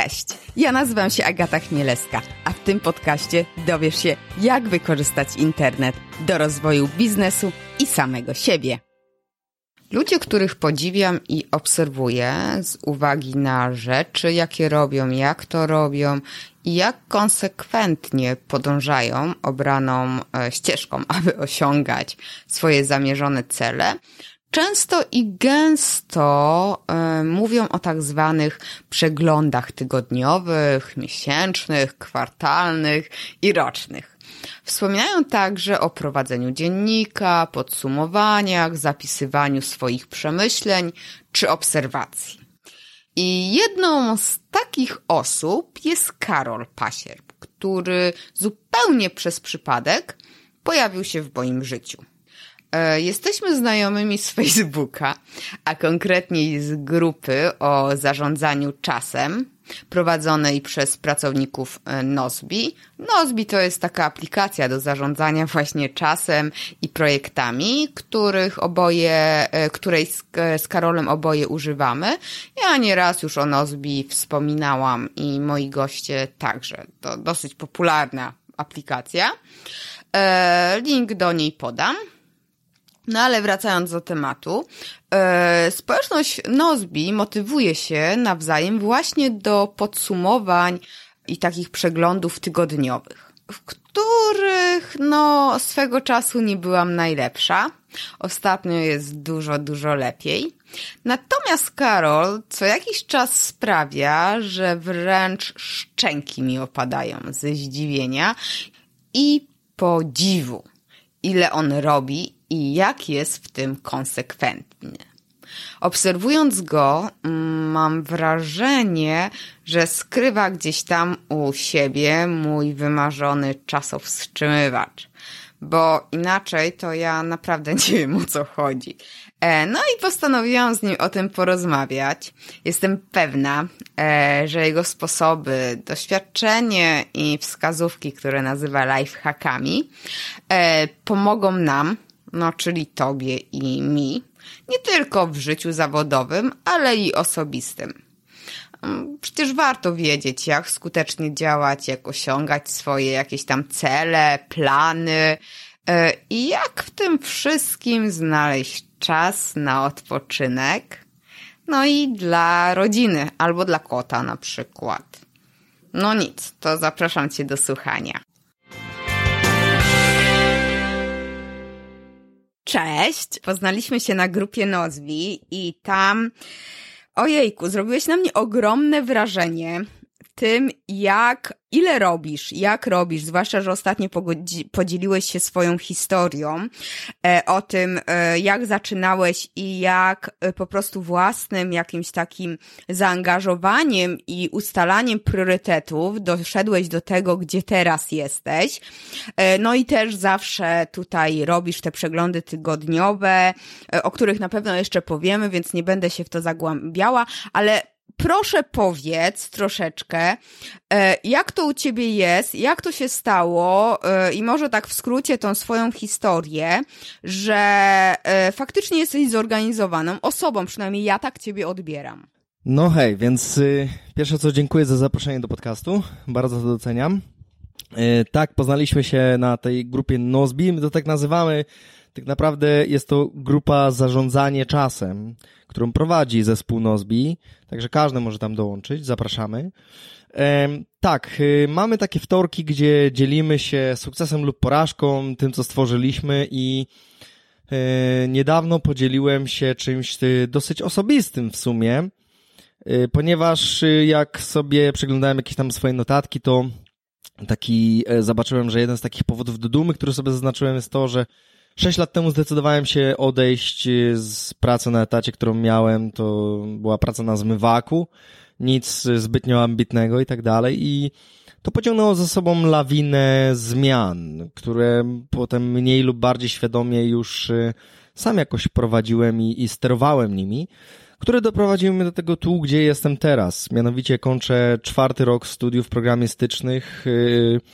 Cześć, ja nazywam się Agata Chmielewska, a w tym podcaście dowiesz się, jak wykorzystać internet do rozwoju biznesu i samego siebie. Ludzie, których podziwiam i obserwuję z uwagi na rzeczy, jakie robią, jak to robią i jak konsekwentnie podążają obraną ścieżką, aby osiągać swoje zamierzone cele, często i gęsto mówią o tak zwanych przeglądach tygodniowych, miesięcznych, kwartalnych i rocznych. Wspominają także o prowadzeniu dziennika, podsumowaniach, zapisywaniu swoich przemyśleń czy obserwacji. I jedną z takich osób jest Karol Pasierb, który zupełnie przez przypadek pojawił się w moim życiu. Jesteśmy znajomymi z Facebooka, a konkretniej z grupy o zarządzaniu czasem, prowadzonej przez pracowników Nozbi. Nozbi to jest taka aplikacja do zarządzania właśnie czasem i projektami, której z Karolem oboje używamy. Ja nieraz już o Nozbi wspominałam i moi goście także. To dosyć popularna aplikacja. Link do niej podam. No ale wracając do tematu, społeczność Nozbi motywuje się nawzajem właśnie do podsumowań i takich przeglądów tygodniowych, w których swego czasu nie byłam najlepsza. Ostatnio jest dużo lepiej. Natomiast Karol co jakiś czas sprawia, że wręcz szczęki mi opadają ze zdziwienia i podziwu, ile on robi i jak jest w tym konsekwentny. Obserwując go, mam wrażenie, że skrywa gdzieś tam u siebie mój wymarzony czasowstrzymywacz, bo inaczej to ja naprawdę nie wiem, o co chodzi. No i postanowiłam z nim o tym porozmawiać. Jestem pewna, że jego sposoby, doświadczenie i wskazówki, które nazywa lifehackami, pomogą nam, czyli tobie i mi, nie tylko w życiu zawodowym, ale i osobistym. Przecież warto wiedzieć, jak skutecznie działać, jak osiągać swoje jakieś tam cele, plany i jak w tym wszystkim znaleźć czas na odpoczynek, i dla rodziny albo dla kota na przykład. No nic, to zapraszam cię do słuchania. Cześć! Poznaliśmy się na grupie Nozbi i tam, ojejku, zrobiłeś na mnie ogromne wrażenie tym, ile robisz, jak robisz, zwłaszcza, że ostatnio podzieliłeś się swoją historią o tym, jak zaczynałeś i jak po prostu własnym jakimś takim zaangażowaniem i ustalaniem priorytetów doszedłeś do tego, gdzie teraz jesteś. No i też zawsze tutaj robisz te przeglądy tygodniowe, o których na pewno jeszcze powiemy, więc nie będę się w to zagłębiała, ale proszę powiedz troszeczkę, jak to u ciebie jest, jak to się stało i może tak w skrócie tą swoją historię, że faktycznie jesteś zorganizowaną osobą, przynajmniej ja tak ciebie odbieram. No hej, więc pierwsze co, dziękuję za zaproszenie do podcastu, bardzo to doceniam. Tak, poznaliśmy się na tej grupie Nozbi, my to tak nazywamy. Tak naprawdę jest to grupa zarządzanie czasem, którą prowadzi zespół Nozbi, także każdy może tam dołączyć, zapraszamy. Tak, mamy takie wtorki, gdzie dzielimy się sukcesem lub porażką, tym co stworzyliśmy i niedawno podzieliłem się czymś dosyć osobistym w sumie, ponieważ jak sobie przeglądałem jakieś tam swoje notatki, to zobaczyłem, że jeden z takich powodów do dumy, który sobie zaznaczyłem, jest to, że 6 lat temu zdecydowałem się odejść z pracy na etacie, którą miałem. To była praca na zmywaku, nic zbytnio ambitnego i tak dalej. I to pociągnęło za sobą lawinę zmian, które potem mniej lub bardziej świadomie już sam jakoś prowadziłem i sterowałem nimi, które doprowadziły mnie do tego tu, gdzie jestem teraz. Mianowicie kończę 4. rok studiów programistycznych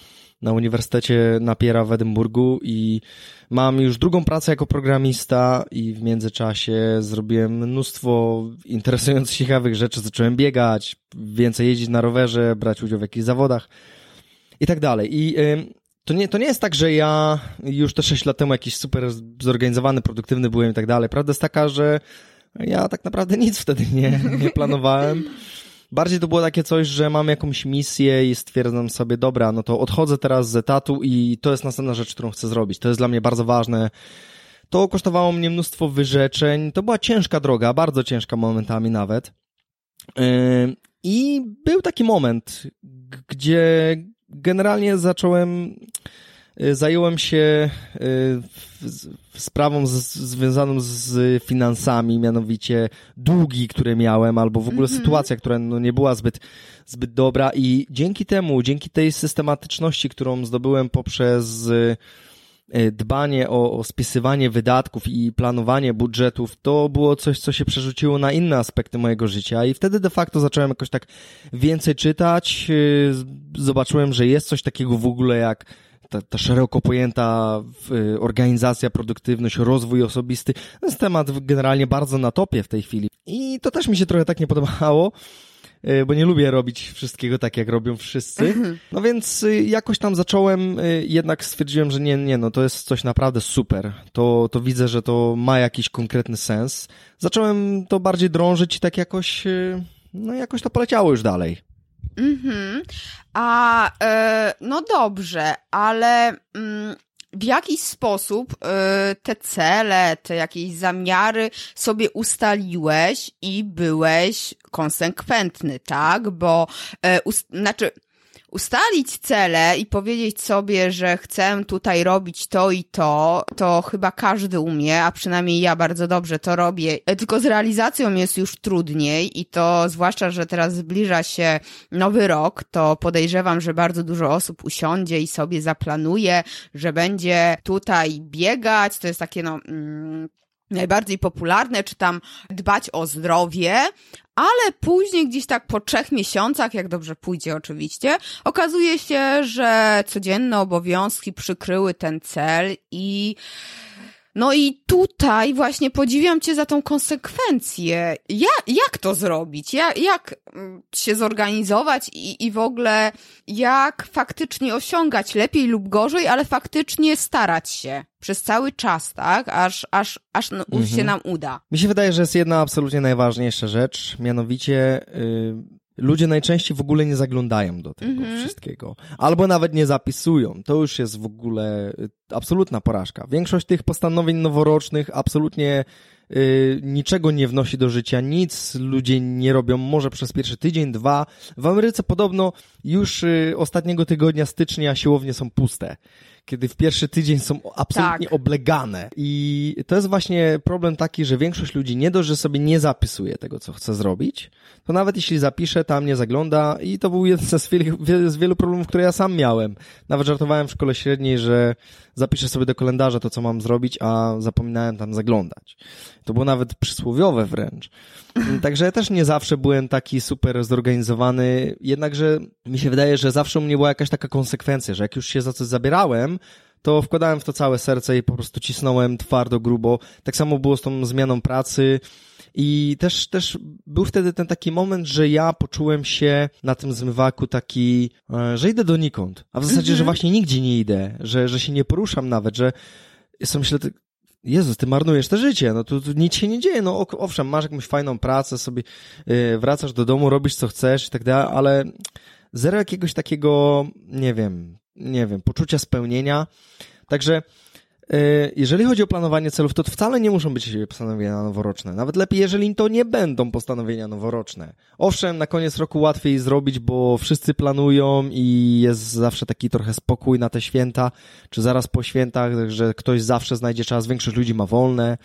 na Uniwersytecie Napiera w Edynburgu i mam już drugą pracę jako programista i w międzyczasie zrobiłem mnóstwo interesujących, ciekawych rzeczy. Zacząłem biegać, więcej jeździć na rowerze, brać udział w jakichś zawodach i tak dalej. I to nie jest tak, że ja już te 6 lat temu jakiś super zorganizowany, produktywny byłem i tak dalej. Prawda jest taka, że ja tak naprawdę nic wtedy nie planowałem. Bardziej to było takie coś, że mam jakąś misję i stwierdzam sobie, dobra, no to odchodzę teraz z etatu i to jest następna rzecz, którą chcę zrobić. To jest dla mnie bardzo ważne. To kosztowało mnie mnóstwo wyrzeczeń. To była ciężka droga, bardzo ciężka momentami nawet. I był taki moment, gdzie generalnie zająłem się sprawą związaną z finansami, mianowicie długi, które miałem, albo w ogóle sytuacja, która nie była zbyt dobra i dzięki tej systematyczności, którą zdobyłem poprzez dbanie o spisywanie wydatków i planowanie budżetów, to było coś, co się przerzuciło na inne aspekty mojego życia i wtedy de facto zacząłem jakoś tak więcej czytać, zobaczyłem, że jest coś takiego w ogóle jak ta szeroko pojęta organizacja, produktywność, rozwój osobisty. To jest temat generalnie bardzo na topie w tej chwili. I to też mi się trochę tak nie podobało, bo nie lubię robić wszystkiego tak, jak robią wszyscy. No więc jakoś tam zacząłem, jednak stwierdziłem, że nie, no to jest coś naprawdę super. To widzę, że to ma jakiś konkretny sens. Zacząłem to bardziej drążyć i tak jakoś to poleciało już dalej. No dobrze, ale w jakiś sposób te cele, te jakieś zamiary sobie ustaliłeś i byłeś konsekwentny, tak? Bo, ustalić cele i powiedzieć sobie, że chcę tutaj robić to i to chyba każdy umie, a przynajmniej ja bardzo dobrze to robię. Tylko z realizacją jest już trudniej i to zwłaszcza, że teraz zbliża się nowy rok, to podejrzewam, że bardzo dużo osób usiądzie i sobie zaplanuje, że będzie tutaj biegać. To jest takie najbardziej popularne, czy tam dbać o zdrowie, ale później gdzieś tak po 3 miesiącach, jak dobrze pójdzie oczywiście, okazuje się, że codzienne obowiązki przykryły ten cel i tutaj właśnie podziwiam cię za tą konsekwencję. Jak to zrobić? Jak się zorganizować i w ogóle jak faktycznie osiągać lepiej lub gorzej, ale faktycznie starać się przez cały czas, tak? Aż się nam uda. Mi się wydaje, że jest jedna absolutnie najważniejsza rzecz, mianowicie ludzie najczęściej w ogóle nie zaglądają do tego wszystkiego. Albo nawet nie zapisują. To już jest w ogóle absolutna porażka. Większość tych postanowień noworocznych absolutnie niczego nie wnosi do życia. Nic ludzie nie robią. Może przez pierwszy tydzień, 2. W Ameryce podobno już ostatniego tygodnia stycznia siłownie są puste. Kiedy w pierwszy tydzień są absolutnie oblegane. I to jest właśnie problem taki, że większość ludzi nie dość, że sobie nie zapisuje tego, co chce zrobić, to nawet jeśli zapisze, tam nie zagląda i to był jeden z wielu problemów, które ja sam miałem. Nawet żartowałem w szkole średniej, że zapiszę sobie do kalendarza to, co mam zrobić, a zapominałem tam zaglądać. To było nawet przysłowiowe wręcz. Także ja też nie zawsze byłem taki super zorganizowany, jednakże mi się wydaje, że zawsze u mnie była jakaś taka konsekwencja, że jak już się za coś zabierałem, to wkładałem w to całe serce i po prostu cisnąłem twardo, grubo. Tak samo było z tą zmianą pracy i też był wtedy ten taki moment, że ja poczułem się na tym zmywaku taki, że idę donikąd, a w zasadzie, że właśnie nigdzie nie idę, że się nie poruszam nawet, że sobie myślę, Jezus, ty marnujesz to życie, no tu nic się nie dzieje, no owszem, masz jakąś fajną pracę, sobie wracasz do domu, robisz co chcesz i tak dalej, ale zero jakiegoś takiego, nie wiem, poczucia spełnienia. Także jeżeli chodzi o planowanie celów, to wcale nie muszą być postanowienia noworoczne. Nawet lepiej, jeżeli to nie będą postanowienia noworoczne. Owszem, na koniec roku łatwiej zrobić, bo wszyscy planują i jest zawsze taki trochę spokój na te święta, czy zaraz po świętach, że ktoś zawsze znajdzie czas, większość ludzi ma wolne.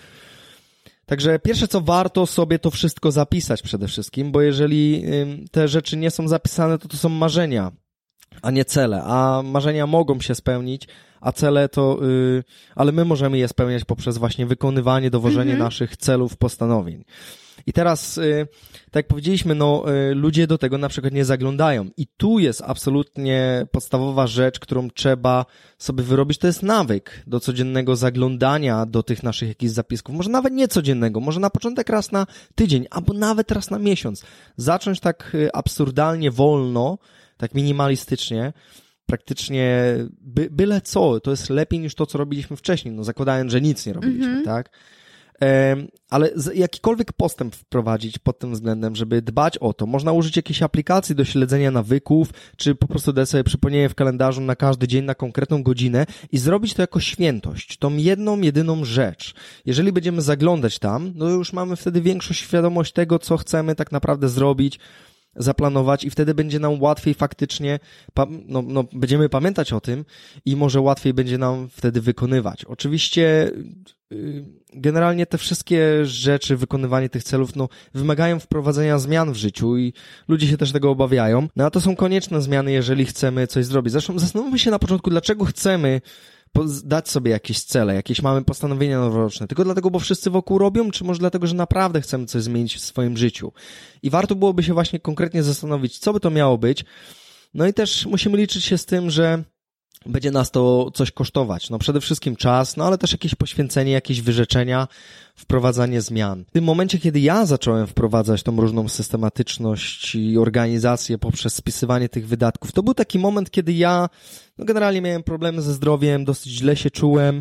Także pierwsze co, warto sobie to wszystko zapisać przede wszystkim, bo jeżeli te rzeczy nie są zapisane, to są marzenia. a nie cele. A marzenia mogą się spełnić, a cele to, ale my możemy je spełniać poprzez właśnie wykonywanie, dowożenie naszych celów, postanowień. I teraz, tak jak powiedzieliśmy, ludzie do tego na przykład nie zaglądają. I tu jest absolutnie podstawowa rzecz, którą trzeba sobie wyrobić, to jest nawyk do codziennego zaglądania do tych naszych jakichś zapisków. Może nawet nie codziennego, może na początek raz na tydzień, albo nawet raz na miesiąc. Zacząć tak absurdalnie wolno, tak minimalistycznie, praktycznie byle co, to jest lepiej niż to, co robiliśmy wcześniej, zakładając, że nic nie robiliśmy, tak? Ale jakikolwiek postęp wprowadzić pod tym względem, żeby dbać o to. Można użyć jakiejś aplikacji do śledzenia nawyków, czy po prostu dać sobie przypomnienie w kalendarzu na każdy dzień, na konkretną godzinę i zrobić to jako świętość, tą jedną, jedyną rzecz. Jeżeli będziemy zaglądać tam, już mamy wtedy większą świadomość tego, co chcemy tak naprawdę zrobić, zaplanować i wtedy będzie nam łatwiej faktycznie, będziemy pamiętać o tym i może łatwiej będzie nam wtedy wykonywać. Oczywiście generalnie te wszystkie rzeczy, wykonywanie tych celów, wymagają wprowadzenia zmian w życiu i ludzie się też tego obawiają. A to są konieczne zmiany, jeżeli chcemy coś zrobić. Zresztą zastanówmy się na początku, dlaczego chcemy dać sobie jakieś cele, jakieś mamy postanowienia noworoczne. Tylko dlatego, bo wszyscy wokół robią, czy może dlatego, że naprawdę chcemy coś zmienić w swoim życiu. I warto byłoby się właśnie konkretnie zastanowić, co by to miało być. I też musimy liczyć się z tym, że będzie nas to coś kosztować. Przede wszystkim czas, ale też jakieś poświęcenie, jakieś wyrzeczenia, wprowadzanie zmian. W tym momencie, kiedy ja zacząłem wprowadzać tą różną systematyczność i organizację poprzez spisywanie tych wydatków, to był taki moment, kiedy ja generalnie miałem problemy ze zdrowiem, dosyć źle się czułem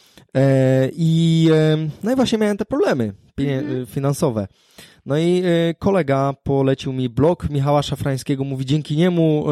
i właśnie miałem te problemy finansowe. I kolega polecił mi blog Michała Szafrańskiego, mówi, dzięki niemu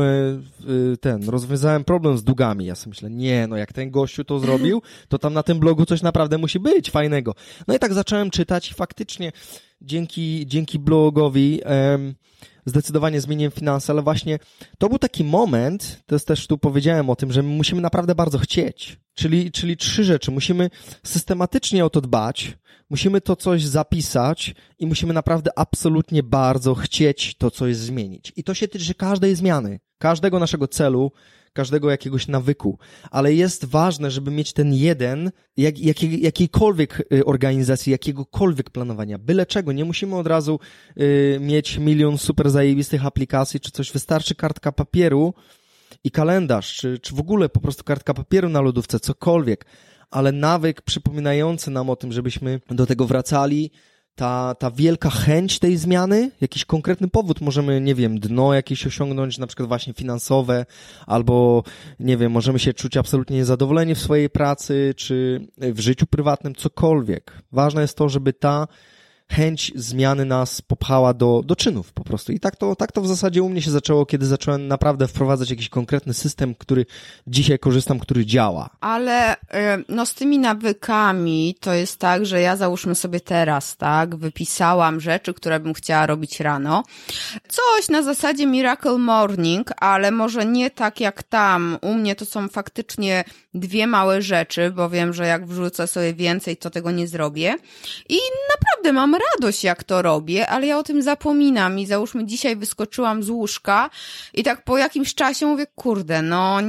rozwiązałem problem z długami. Ja sobie myślę, jak ten gościu to zrobił, to tam na tym blogu coś naprawdę musi być fajnego. I tak zacząłem czytać i faktycznie dzięki blogowi zdecydowanie zmieniłem finanse, ale właśnie to był taki moment, to jest też tu powiedziałem o tym, że my musimy naprawdę bardzo chcieć. Czyli 3 rzeczy. Musimy systematycznie o to dbać, musimy to coś zapisać i musimy naprawdę absolutnie bardzo chcieć to coś zmienić. I to się tyczy każdej zmiany, każdego naszego celu, każdego jakiegoś nawyku, ale jest ważne, żeby mieć ten jeden, jakiejkolwiek organizacji, jakiegokolwiek planowania, byle czego, nie musimy od razu mieć milion super zajebistych aplikacji, czy coś, wystarczy kartka papieru i kalendarz, czy w ogóle po prostu kartka papieru na lodówce, cokolwiek, ale nawyk przypominający nam o tym, żebyśmy do tego wracali, ta wielka chęć tej zmiany, jakiś konkretny powód, możemy, dno jakieś osiągnąć, na przykład właśnie finansowe, albo, możemy się czuć absolutnie niezadowoleni w swojej pracy, czy w życiu prywatnym, cokolwiek. Ważne jest to, żeby ta chęć zmiany nas popchała do czynów po prostu. I tak to w zasadzie u mnie się zaczęło, kiedy zacząłem naprawdę wprowadzać jakiś konkretny system, który dzisiaj korzystam, który działa. Ale z tymi nawykami to jest tak, że ja załóżmy sobie teraz, tak, wypisałam rzeczy, które bym chciała robić rano. Coś na zasadzie Miracle Morning, ale może nie tak jak tam. U mnie to są faktycznie 2 małe rzeczy, bo wiem, że jak wrzucę sobie więcej, to tego nie zrobię. I naprawdę mam radość, jak to robię, ale ja o tym zapominam i załóżmy dzisiaj wyskoczyłam z łóżka i tak po jakimś czasie mówię, kurde,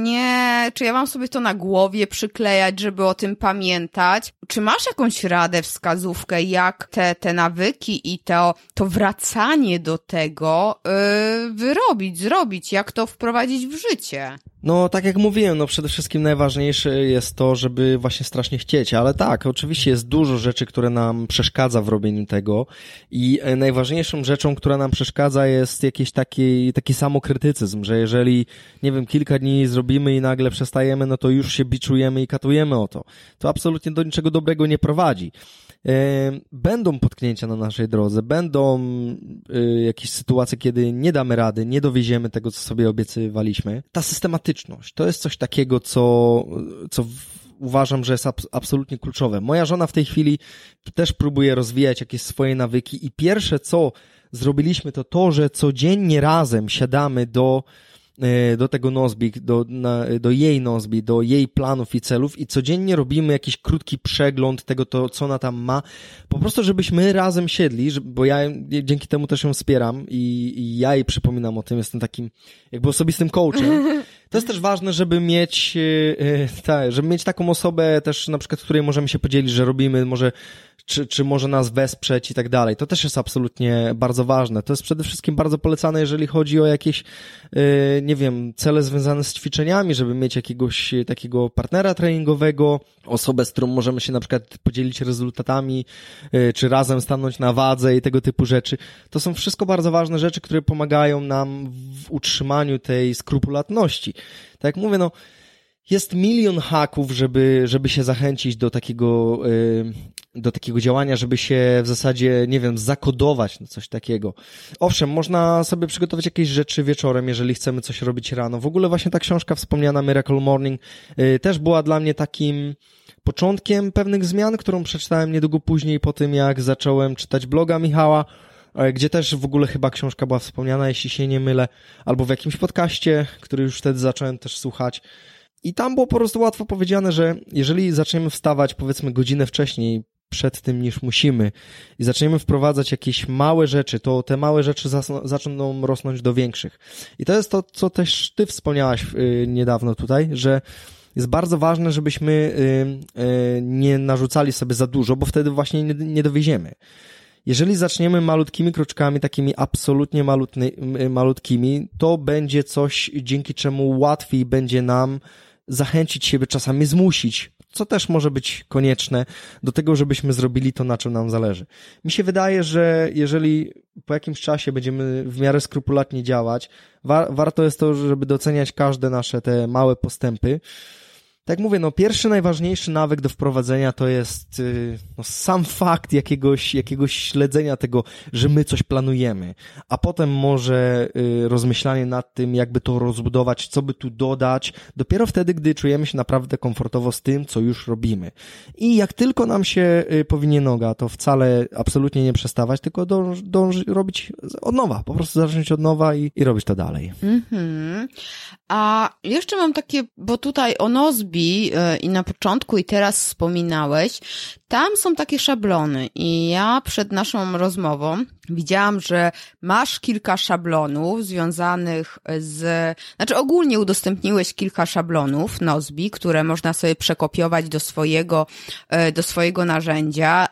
czy ja mam sobie to na głowie przyklejać, żeby o tym pamiętać? Czy masz jakąś radę, wskazówkę, jak te nawyki i to wracanie do tego zrobić, jak to wprowadzić w życie? Tak jak mówiłem, przede wszystkim najważniejsze jest to, żeby właśnie strasznie chcieć, ale tak, oczywiście jest dużo rzeczy, które nam przeszkadza w robieniu tego i najważniejszą rzeczą, która nam przeszkadza, jest jakiś taki samokrytycyzm, że jeżeli, kilka dni zrobimy i nagle przestajemy, to już się biczujemy i katujemy o to. To absolutnie do niczego dobrego nie prowadzi. Będą potknięcia na naszej drodze, będą jakieś sytuacje, kiedy nie damy rady, nie dowieziemy tego, co sobie obiecywaliśmy. Ta systematyczność to jest coś takiego, co uważam, że jest absolutnie kluczowe. Moja żona w tej chwili też próbuje rozwijać jakieś swoje nawyki i pierwsze, co zrobiliśmy, to, że codziennie razem siadamy do do tego Nozbi, do jej Nozbi, do jej planów i celów i codziennie robimy jakiś krótki przegląd tego, co ona tam ma, po prostu żebyśmy razem siedli, bo ja dzięki temu też ją wspieram i ja jej przypominam o tym, jestem takim jakby osobistym coachem. To jest też ważne, żeby mieć taką osobę też na przykład, której możemy się podzielić, że robimy, czy może nas wesprzeć i tak dalej. To też jest absolutnie bardzo ważne. To jest przede wszystkim bardzo polecane, jeżeli chodzi o jakieś, nie wiem, cele związane z ćwiczeniami, żeby mieć jakiegoś takiego partnera treningowego, osobę, z którą możemy się na przykład podzielić rezultatami, czy razem stanąć na wadze i tego typu rzeczy. To są wszystko bardzo ważne rzeczy, które pomagają nam w utrzymaniu tej skrupulatności. Tak jak mówię, jest milion haków, żeby się zachęcić do takiego działania, żeby się w zasadzie, nie wiem, zakodować na coś takiego. Owszem, można sobie przygotować jakieś rzeczy wieczorem, jeżeli chcemy coś robić rano. W ogóle właśnie ta książka wspomniana Miracle Morning też była dla mnie takim początkiem pewnych zmian, którą przeczytałem niedługo później po tym, jak zacząłem czytać bloga Michała, gdzie też w ogóle chyba książka była wspomniana, jeśli się nie mylę, albo w jakimś podcaście, który już wtedy zacząłem też słuchać. I tam było po prostu łatwo powiedziane, że jeżeli zaczniemy wstawać powiedzmy godzinę wcześniej przed tym niż musimy i zaczniemy wprowadzać jakieś małe rzeczy, to te małe rzeczy zaczną rosnąć do większych. I to jest to, co też ty wspomniałaś niedawno tutaj, że jest bardzo ważne, żebyśmy nie narzucali sobie za dużo, bo wtedy właśnie nie dowieziemy. Jeżeli zaczniemy malutkimi kroczkami, takimi absolutnie malutkimi, to będzie coś, dzięki czemu łatwiej będzie nam zachęcić siebie, czasami zmusić, co też może być konieczne, do tego, żebyśmy zrobili to, na czym nam zależy. Mi się wydaje, że jeżeli po jakimś czasie będziemy w miarę skrupulatnie działać, warto jest to, żeby doceniać każde nasze te małe postępy. Tak jak mówię, pierwszy najważniejszy nawyk do wprowadzenia to jest sam fakt jakiegoś śledzenia tego, że my coś planujemy, a potem może rozmyślanie nad tym, jakby to rozbudować, co by tu dodać, dopiero wtedy, gdy czujemy się naprawdę komfortowo z tym, co już robimy. I jak tylko nam się powinie noga, to wcale absolutnie nie przestawać, tylko robić od nowa, po prostu zacząć od nowa i robić to dalej. A jeszcze mam takie, bo tutaj o Nozbi i na początku i teraz wspominałeś, tam są takie szablony i ja przed naszą rozmową widziałam, że masz kilka szablonów związanych znaczy ogólnie udostępniłeś kilka szablonów Nozbi, które można sobie przekopiować do swojego narzędzia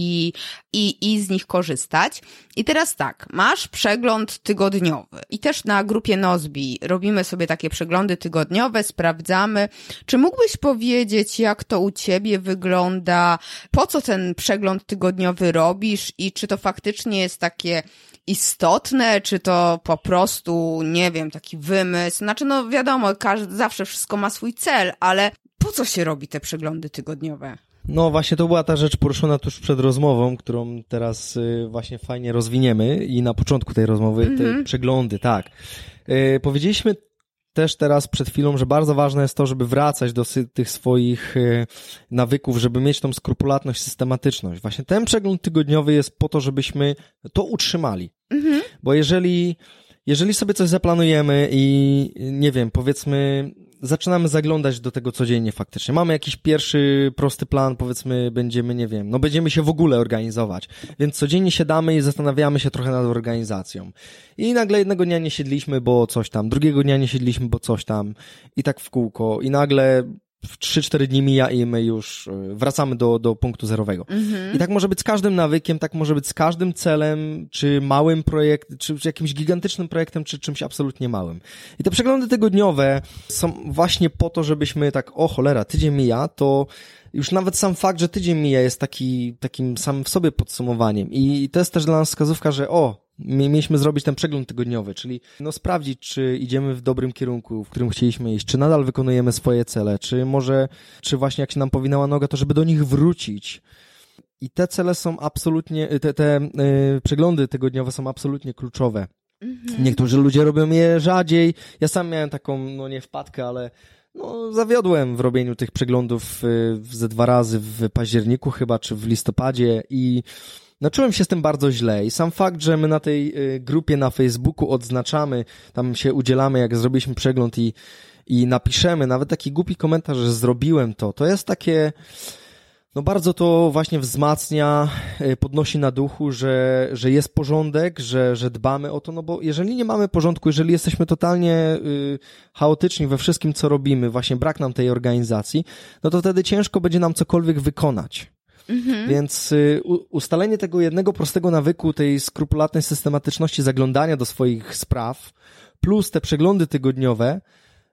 i z nich korzystać. I teraz tak, masz przegląd tygodniowy i też na grupie Nozbi robimy sobie takie przeglądy tygodniowe, sprawdzamy. Czy mógłbyś powiedzieć, jak to u ciebie wygląda, po co ten przegląd tygodniowy robisz i czy to faktycznie jest takie istotne, czy to po prostu, nie wiem, taki wymysł? Znaczy, wiadomo, zawsze wszystko ma swój cel, ale po co się robi te przeglądy tygodniowe? Właśnie to była ta rzecz poruszona tuż przed rozmową, którą teraz właśnie fajnie rozwiniemy i na początku tej rozmowy te przeglądy, tak. Powiedzieliśmy też teraz przed chwilą, że bardzo ważne jest to, żeby wracać do tych swoich nawyków, żeby mieć tą skrupulatność, systematyczność. Właśnie ten przegląd tygodniowy jest po to, żebyśmy to utrzymali. Bo jeżeli sobie coś zaplanujemy i nie wiem, powiedzmy, zaczynamy zaglądać do tego codziennie faktycznie. Mamy jakiś pierwszy prosty plan, powiedzmy, będziemy się w ogóle organizować. Więc codziennie siadamy i zastanawiamy się trochę nad organizacją. I nagle jednego dnia nie siedliśmy, bo coś tam, drugiego dnia nie siedliśmy, bo coś tam i tak w kółko. I nagle w 3-4 dni mija i my już wracamy do punktu zerowego. I tak może być z każdym nawykiem, tak może być z każdym celem, czy małym projektem, czy jakimś gigantycznym projektem, czy czymś absolutnie małym. I te przeglądy tygodniowe są właśnie po to, żebyśmy tak, o cholera, tydzień mija, to już nawet sam fakt, że tydzień mija jest takim samym w sobie podsumowaniem. I to jest też dla nas wskazówka, że mieliśmy zrobić ten przegląd tygodniowy, czyli sprawdzić, czy idziemy w dobrym kierunku, w którym chcieliśmy iść, czy nadal wykonujemy swoje cele, czy właśnie jak się nam powinęła noga, to żeby do nich wrócić. I te cele są absolutnie, te przeglądy tygodniowe są absolutnie kluczowe. Niektórzy ludzie robią je rzadziej. Ja sam miałem taką, nie wpadkę, ale zawiodłem w robieniu tych przeglądów ze 2 razy w październiku chyba, czy w listopadzie i No czułem się z tym bardzo źle i sam fakt, że my na tej grupie na Facebooku odznaczamy, tam się udzielamy, jak zrobiliśmy przegląd i napiszemy nawet taki głupi komentarz, że zrobiłem to jest takie, no bardzo to właśnie wzmacnia, podnosi na duchu, że jest porządek, że dbamy o to, no bo jeżeli nie mamy porządku, jeżeli jesteśmy totalnie chaotyczni we wszystkim, co robimy, właśnie brak nam tej organizacji, no to wtedy ciężko będzie nam cokolwiek wykonać. Więc ustalenie tego jednego prostego nawyku, tej skrupulatnej systematyczności zaglądania do swoich spraw, plus te przeglądy tygodniowe,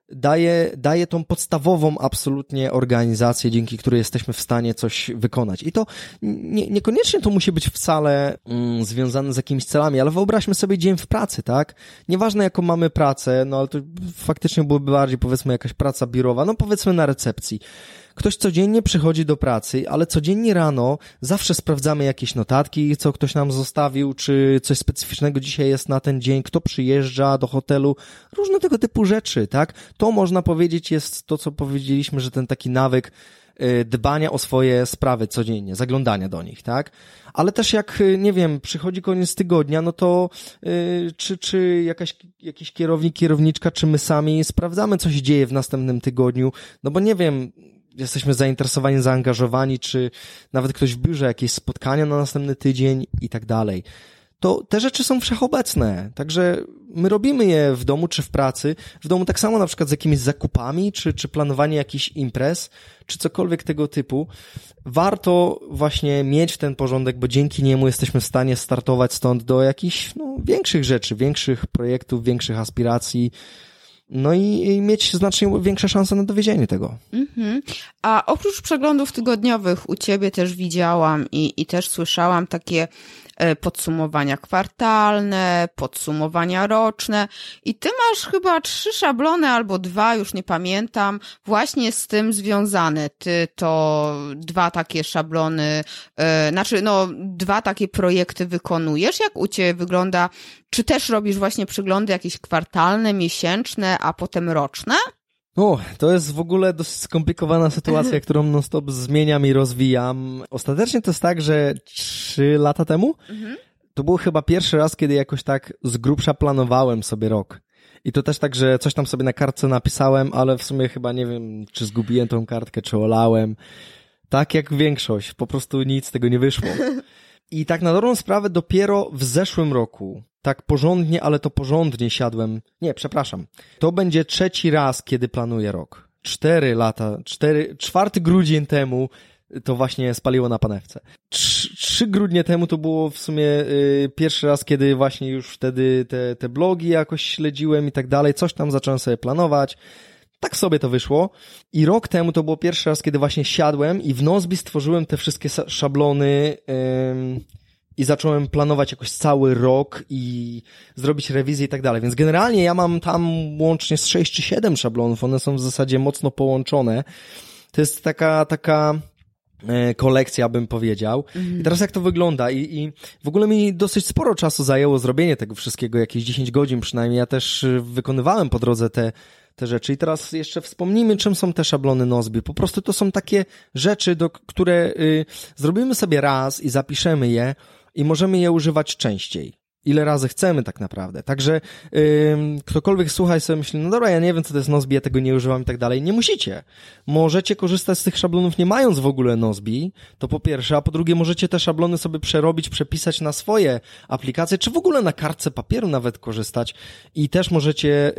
daje tą podstawową absolutnie organizację, dzięki której jesteśmy w stanie coś wykonać. I to niekoniecznie to musi być wcale związane z jakimiś celami, ale wyobraźmy sobie dzień w pracy, tak? Nieważne jaką mamy pracę, no ale to faktycznie byłoby bardziej, powiedzmy, jakaś praca biurowa, no powiedzmy na recepcji. Ktoś codziennie przychodzi do pracy, ale codziennie rano zawsze sprawdzamy jakieś notatki, co ktoś nam zostawił, czy coś specyficznego dzisiaj jest na ten dzień, kto przyjeżdża do hotelu, różne tego typu rzeczy, tak? To można powiedzieć jest to, co powiedzieliśmy, że ten taki nawyk dbania o swoje sprawy codziennie, zaglądania do nich, tak? Ale też jak, nie wiem, przychodzi koniec tygodnia, no to czy jakiś kierownik, kierowniczka, czy my sami sprawdzamy, co się dzieje w następnym tygodniu, no bo nie wiem, jesteśmy zainteresowani, zaangażowani, czy nawet ktoś w biurze, jakieś spotkania na następny tydzień i tak dalej. To te rzeczy są wszechobecne, także my robimy je w domu czy w pracy. W domu tak samo na przykład z jakimiś zakupami, czy planowanie jakichś imprez, czy cokolwiek tego typu. Warto właśnie mieć ten porządek, bo dzięki niemu jesteśmy w stanie startować stąd do jakichś większych rzeczy, większych projektów, większych aspiracji. No i mieć znacznie większe szanse na dowiezienie tego. A oprócz przeglądów tygodniowych u ciebie też widziałam i też słyszałam takie podsumowania kwartalne, podsumowania roczne i ty masz chyba 3 szablony albo 2, już nie pamiętam, właśnie z tym związane. Ty to 2 takie szablony, 2 takie projekty wykonujesz. Jak u ciebie wygląda? Czy też robisz właśnie przeglądy jakieś kwartalne, miesięczne, a potem roczne? To jest w ogóle dosyć skomplikowana sytuacja, którą non-stop zmieniam i rozwijam. Ostatecznie to jest tak, że 3 lata temu to był chyba pierwszy raz, kiedy jakoś tak z grubsza planowałem sobie rok. I to też tak, że coś tam sobie na kartce napisałem, ale w sumie chyba nie wiem, czy zgubiłem tą kartkę, czy olałem. Tak jak większość, po prostu nic z tego nie wyszło. I tak na dobrą sprawę dopiero w zeszłym roku, tak porządnie, ale to porządnie siadłem. Nie, przepraszam. To będzie 3. raz, kiedy planuję rok. 4 grudzień temu to właśnie spaliło na panewce. 3 grudnie temu to było w sumie pierwszy raz, kiedy właśnie już wtedy te blogi jakoś śledziłem i tak dalej. Coś tam zacząłem sobie planować. Tak sobie to wyszło. I rok temu to było pierwszy raz, kiedy właśnie siadłem i w Nozbi stworzyłem te wszystkie szablony i zacząłem planować jakoś cały rok i zrobić rewizję i tak dalej. Więc generalnie ja mam tam łącznie z 6 czy 7 szablonów. One są w zasadzie mocno połączone. To jest taka kolekcja, bym powiedział. I teraz jak to wygląda? I w ogóle mi dosyć sporo czasu zajęło zrobienie tego wszystkiego, jakieś 10 godzin przynajmniej. Ja też wykonywałem po drodze te rzeczy. I teraz jeszcze wspomnijmy, czym są te szablony Nozbi. Po prostu to są takie rzeczy, które zrobimy sobie raz i zapiszemy je i możemy je używać częściej. Ile razy chcemy tak naprawdę. Także ktokolwiek słucha i sobie myśli, no dobra, ja nie wiem, co to jest Nozbi, ja tego nie używam i tak dalej. Nie musicie. Możecie korzystać z tych szablonów nie mając w ogóle Nozbi, to po pierwsze, a po drugie możecie te szablony sobie przerobić, przepisać na swoje aplikacje, czy w ogóle na kartce papieru nawet korzystać i też możecie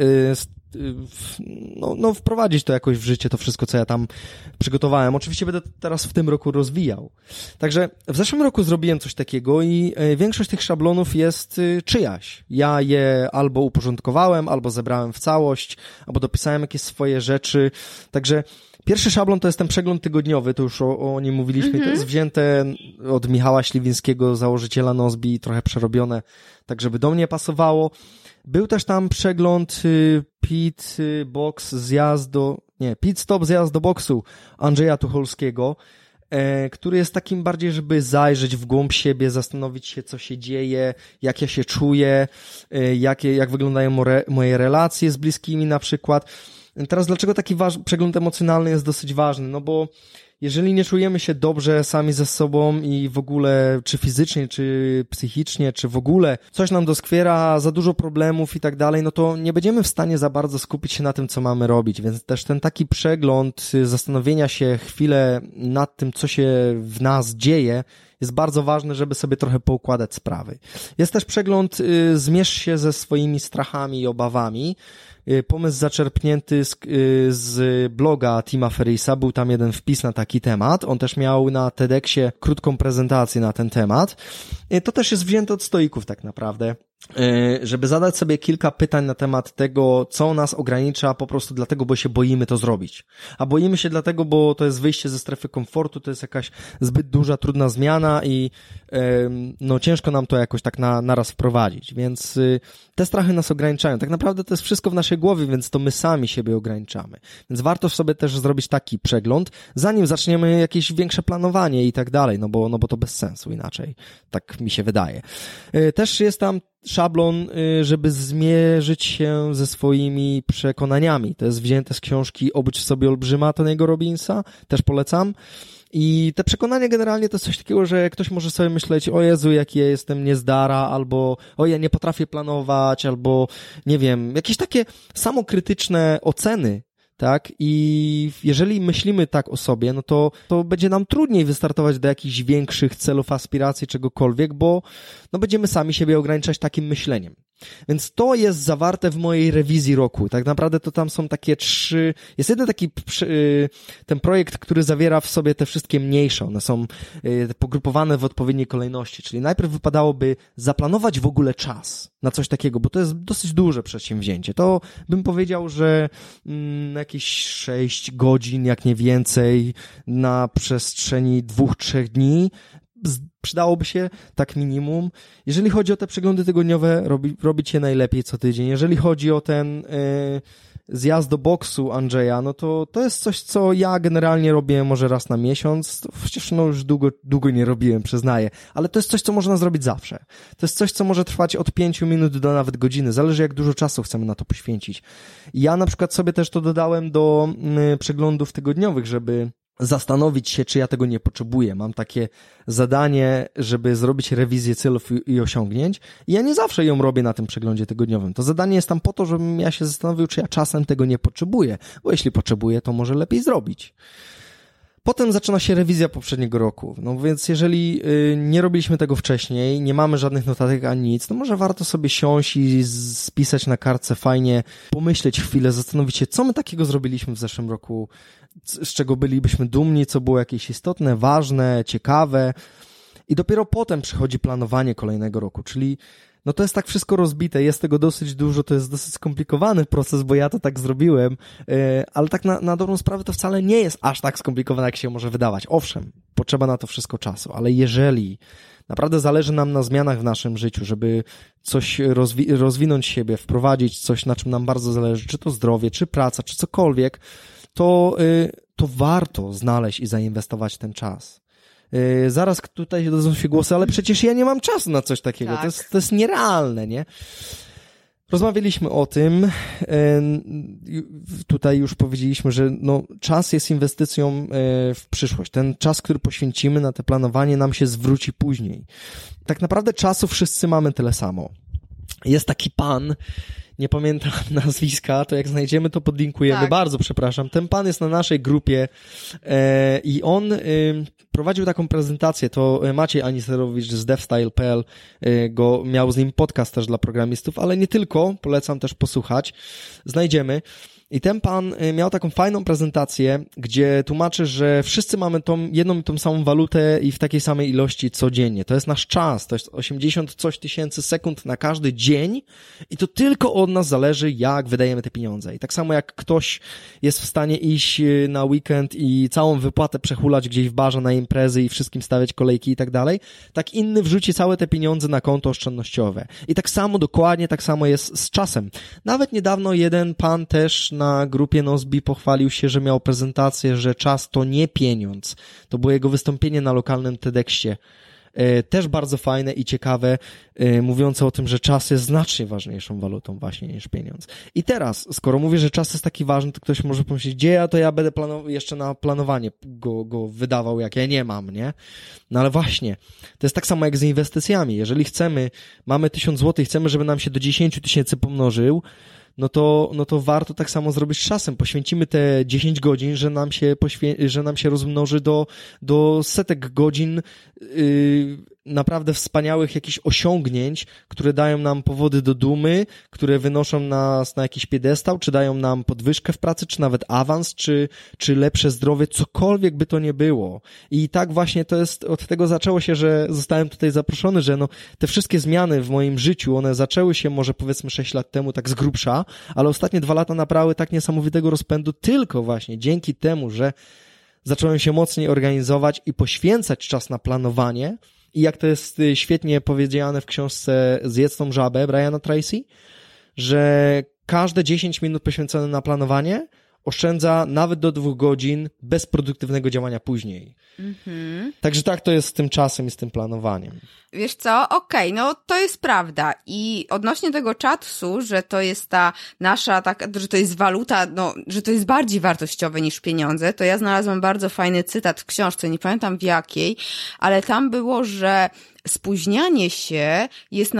wprowadzić to jakoś w życie, to wszystko, co ja tam przygotowałem. Oczywiście będę teraz w tym roku rozwijał. Także w zeszłym roku zrobiłem coś takiego i większość tych szablonów jest czyjaś. Ja je albo uporządkowałem, albo zebrałem w całość, albo dopisałem jakieś swoje rzeczy. Także pierwszy szablon to jest ten przegląd tygodniowy, to już o nim mówiliśmy, to jest wzięte od Michała Śliwińskiego, założyciela Nozbi, trochę przerobione, tak żeby do mnie pasowało. Był też tam przegląd pit stop zjazd do boksu Andrzeja Tucholskiego, który jest takim bardziej, żeby zajrzeć w głąb siebie, zastanowić się, co się dzieje, jak ja się czuję, jak wyglądają moje relacje z bliskimi na przykład. Teraz dlaczego taki przegląd emocjonalny jest dosyć ważny? No bo jeżeli nie czujemy się dobrze sami ze sobą i w ogóle, czy fizycznie, czy psychicznie, czy w ogóle coś nam doskwiera, za dużo problemów i tak dalej, no to nie będziemy w stanie za bardzo skupić się na tym, co mamy robić, więc też ten taki przegląd, zastanowienia się chwilę nad tym, co się w nas dzieje, jest bardzo ważne, żeby sobie trochę poukładać sprawy. Jest też przegląd, zmierz się ze swoimi strachami i obawami. Pomysł zaczerpnięty z bloga Tima Ferrissa, był tam jeden wpis na taki temat. On też miał na TEDxie krótką prezentację na ten temat. To też jest wzięte od stoików tak naprawdę, żeby zadać sobie kilka pytań na temat tego, co nas ogranicza po prostu dlatego, bo się boimy to zrobić. A boimy się dlatego, bo to jest wyjście ze strefy komfortu, to jest jakaś zbyt duża, trudna zmiana i no ciężko nam to jakoś tak naraz wprowadzić, więc te strachy nas ograniczają. Tak naprawdę to jest wszystko w naszej głowie, więc to my sami siebie ograniczamy. Więc warto sobie też zrobić taki przegląd, zanim zaczniemy jakieś większe planowanie i tak dalej, no bo to bez sensu inaczej. Tak mi się wydaje. Też jest tam szablon, żeby zmierzyć się ze swoimi przekonaniami. To jest wzięte z książki Obudź w sobie olbrzyma Tony'ego Robbinsa, też polecam. I te przekonania generalnie to jest coś takiego, że ktoś może sobie myśleć, o Jezu, jaki ja jestem niezdara, albo o ja nie potrafię planować, albo nie wiem, jakieś takie samokrytyczne oceny, tak? I jeżeli myślimy tak o sobie, no to będzie nam trudniej wystartować do jakichś większych celów, aspiracji, czegokolwiek, bo no będziemy sami siebie ograniczać takim myśleniem. Więc to jest zawarte w mojej rewizji roku. Tak naprawdę to tam są takie 3, jest jeden taki ten projekt, który zawiera w sobie te wszystkie mniejsze. One są pogrupowane w odpowiedniej kolejności, czyli najpierw wypadałoby zaplanować w ogóle czas na coś takiego, bo to jest dosyć duże przedsięwzięcie. To bym powiedział, że jakieś 6 godzin, jak nie więcej, na przestrzeni 2-3 dni przydałoby się tak minimum. Jeżeli chodzi o te przeglądy tygodniowe, robić je najlepiej co tydzień. Jeżeli chodzi o ten zjazd do boksu Andrzeja, no to jest coś, co ja generalnie robię może raz na miesiąc. Przecież no już długo nie robiłem, przyznaję. Ale to jest coś, co można zrobić zawsze. To jest coś, co może trwać od 5 minut do nawet godziny. Zależy, jak dużo czasu chcemy na to poświęcić. Ja na przykład sobie też to dodałem do przeglądów tygodniowych, żeby zastanowić się, czy ja tego nie potrzebuję. Mam takie zadanie, żeby zrobić rewizję celów i osiągnięć i ja nie zawsze ją robię na tym przeglądzie tygodniowym. To zadanie jest tam po to, żebym ja się zastanowił, czy ja czasem tego nie potrzebuję, bo jeśli potrzebuję, to może lepiej zrobić. Potem zaczyna się rewizja poprzedniego roku. No więc jeżeli nie robiliśmy tego wcześniej, nie mamy żadnych notatek ani nic, to może warto sobie siąść i spisać na kartce fajnie, pomyśleć chwilę, zastanowić się, co my takiego zrobiliśmy w zeszłym roku, z czego bylibyśmy dumni, co było jakieś istotne, ważne, ciekawe. I dopiero potem przychodzi planowanie kolejnego roku, czyli no to jest tak wszystko rozbite, jest tego dosyć dużo, to jest dosyć skomplikowany proces, bo ja to tak zrobiłem, ale tak na dobrą sprawę to wcale nie jest aż tak skomplikowane, jak się może wydawać. Owszem, potrzeba na to wszystko czasu, ale jeżeli naprawdę zależy nam na zmianach w naszym życiu, żeby coś rozwinąć siebie, wprowadzić coś, na czym nam bardzo zależy, czy to zdrowie, czy praca, czy cokolwiek, to warto znaleźć i zainwestować ten czas. Zaraz tutaj dadzą się głosy, ale przecież ja nie mam czasu na coś takiego. Tak. To jest nierealne, nie? Rozmawialiśmy o tym. Tutaj już powiedzieliśmy, że no, czas jest inwestycją w przyszłość. Ten czas, który poświęcimy na te planowanie, nam się zwróci później. Tak naprawdę czasu wszyscy mamy tyle samo. Jest taki pan, nie pamiętam nazwiska, to jak znajdziemy, to podlinkujemy. Tak. Bardzo przepraszam. Ten pan jest na naszej grupie i on prowadził taką prezentację, to Maciej Aniserowicz z devstyle.pl miał z nim podcast też dla programistów, ale nie tylko, polecam też posłuchać. Znajdziemy. I ten pan miał taką fajną prezentację, gdzie tłumaczy, że wszyscy mamy jedną i tą samą walutę i w takiej samej ilości codziennie. To jest nasz czas, to jest 80 coś tysięcy sekund na każdy dzień i to tylko od nas zależy, jak wydajemy te pieniądze. I tak samo jak ktoś jest w stanie iść na weekend i całą wypłatę przehulać gdzieś w barze na imprezy i wszystkim stawiać kolejki i tak dalej, tak inny wrzuci całe te pieniądze na konto oszczędnościowe. I tak samo, dokładnie tak samo jest z czasem. Nawet niedawno jeden pan też na grupie Nozbi pochwalił się, że miał prezentację, że czas to nie pieniądz. To było jego wystąpienie na lokalnym TEDxie też bardzo fajne i ciekawe, mówiące o tym, że czas jest znacznie ważniejszą walutą właśnie niż pieniądz. I teraz, skoro mówię, że czas jest taki ważny, to ktoś może pomyśleć, gdzie ja będę jeszcze na planowanie go wydawał, jak ja nie mam, nie? No ale właśnie, to jest tak samo jak z inwestycjami. Jeżeli mamy 1000 zł i chcemy, żeby nam się do 10 000 pomnożył, no to warto tak samo zrobić z czasem. Poświęcimy te 10 godzin, że nam się rozmnoży do setek godzin naprawdę wspaniałych jakichś osiągnięć, które dają nam powody do dumy, które wynoszą nas na jakiś piedestał, czy dają nam podwyżkę w pracy, czy nawet awans, czy lepsze zdrowie, cokolwiek by to nie było. I tak właśnie od tego zaczęło się, że zostałem tutaj zaproszony, że te wszystkie zmiany w moim życiu, one zaczęły się może powiedzmy 6 lat temu tak z grubsza, ale ostatnie 2 lata nabrały tak niesamowitego rozpędu tylko właśnie dzięki temu, że zacząłem się mocniej organizować i poświęcać czas na planowanie. I jak to jest świetnie powiedziane w książce Zjedz tą żabę Briana Tracy, że każde 10 minut poświęcone na planowanie oszczędza nawet do 2 godzin bezproduktywnego działania później. Także tak to jest z tym czasem i z tym planowaniem. Wiesz co? Okej, no to jest prawda. I odnośnie tego czasu, że to jest ta nasza, że to jest waluta, że to jest bardziej wartościowe niż pieniądze, to ja znalazłam bardzo fajny cytat w książce, nie pamiętam w jakiej, ale tam było, że spóźnianie się jest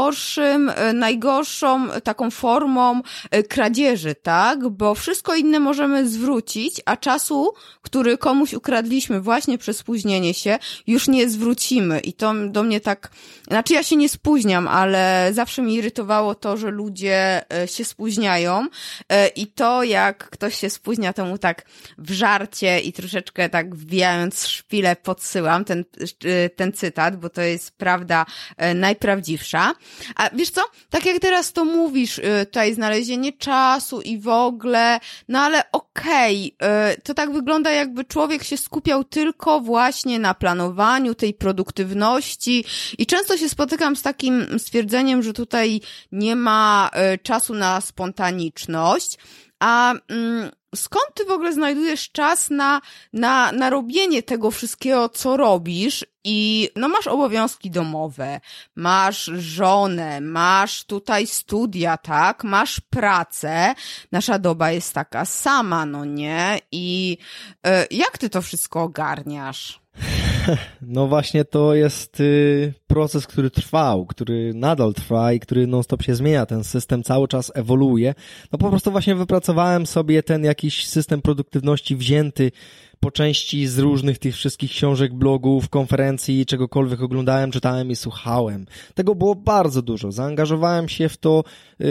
najgorszą taką formą kradzieży, tak? Bo wszystko inne możemy zwrócić, a czasu, który komuś ukradliśmy właśnie przez spóźnienie się, już nie zwrócimy. I to do mnie tak, znaczy ja się nie spóźniam, ale zawsze mi irytowało to, że ludzie się spóźniają i to jak ktoś się spóźnia, to mu tak w żarcie i troszeczkę tak wbijając szpilę podsyłam ten cytat, bo to jest prawda najprawdziwsza. A wiesz co? Tak jak teraz to mówisz, tutaj znalezienie czasu i w ogóle, no ale okej, to tak wygląda jakby człowiek się skupiał tylko właśnie na planowaniu tej produktywności i często się spotykam z takim stwierdzeniem, że tutaj nie ma czasu na spontaniczność, a skąd ty w ogóle znajdujesz czas na robienie tego wszystkiego, co robisz? I masz obowiązki domowe, masz żonę, masz tutaj studia, tak? Masz pracę. Nasza doba jest taka sama, no nie? I jak ty to wszystko ogarniasz? No właśnie to jest proces, który trwał, który nadal trwa i który non-stop się zmienia. Ten system cały czas ewoluuje. No po prostu właśnie wypracowałem sobie ten jakiś system produktywności wzięty po części z różnych tych wszystkich książek, blogów, konferencji, czegokolwiek oglądałem, czytałem i słuchałem. Tego było bardzo dużo. Zaangażowałem się w to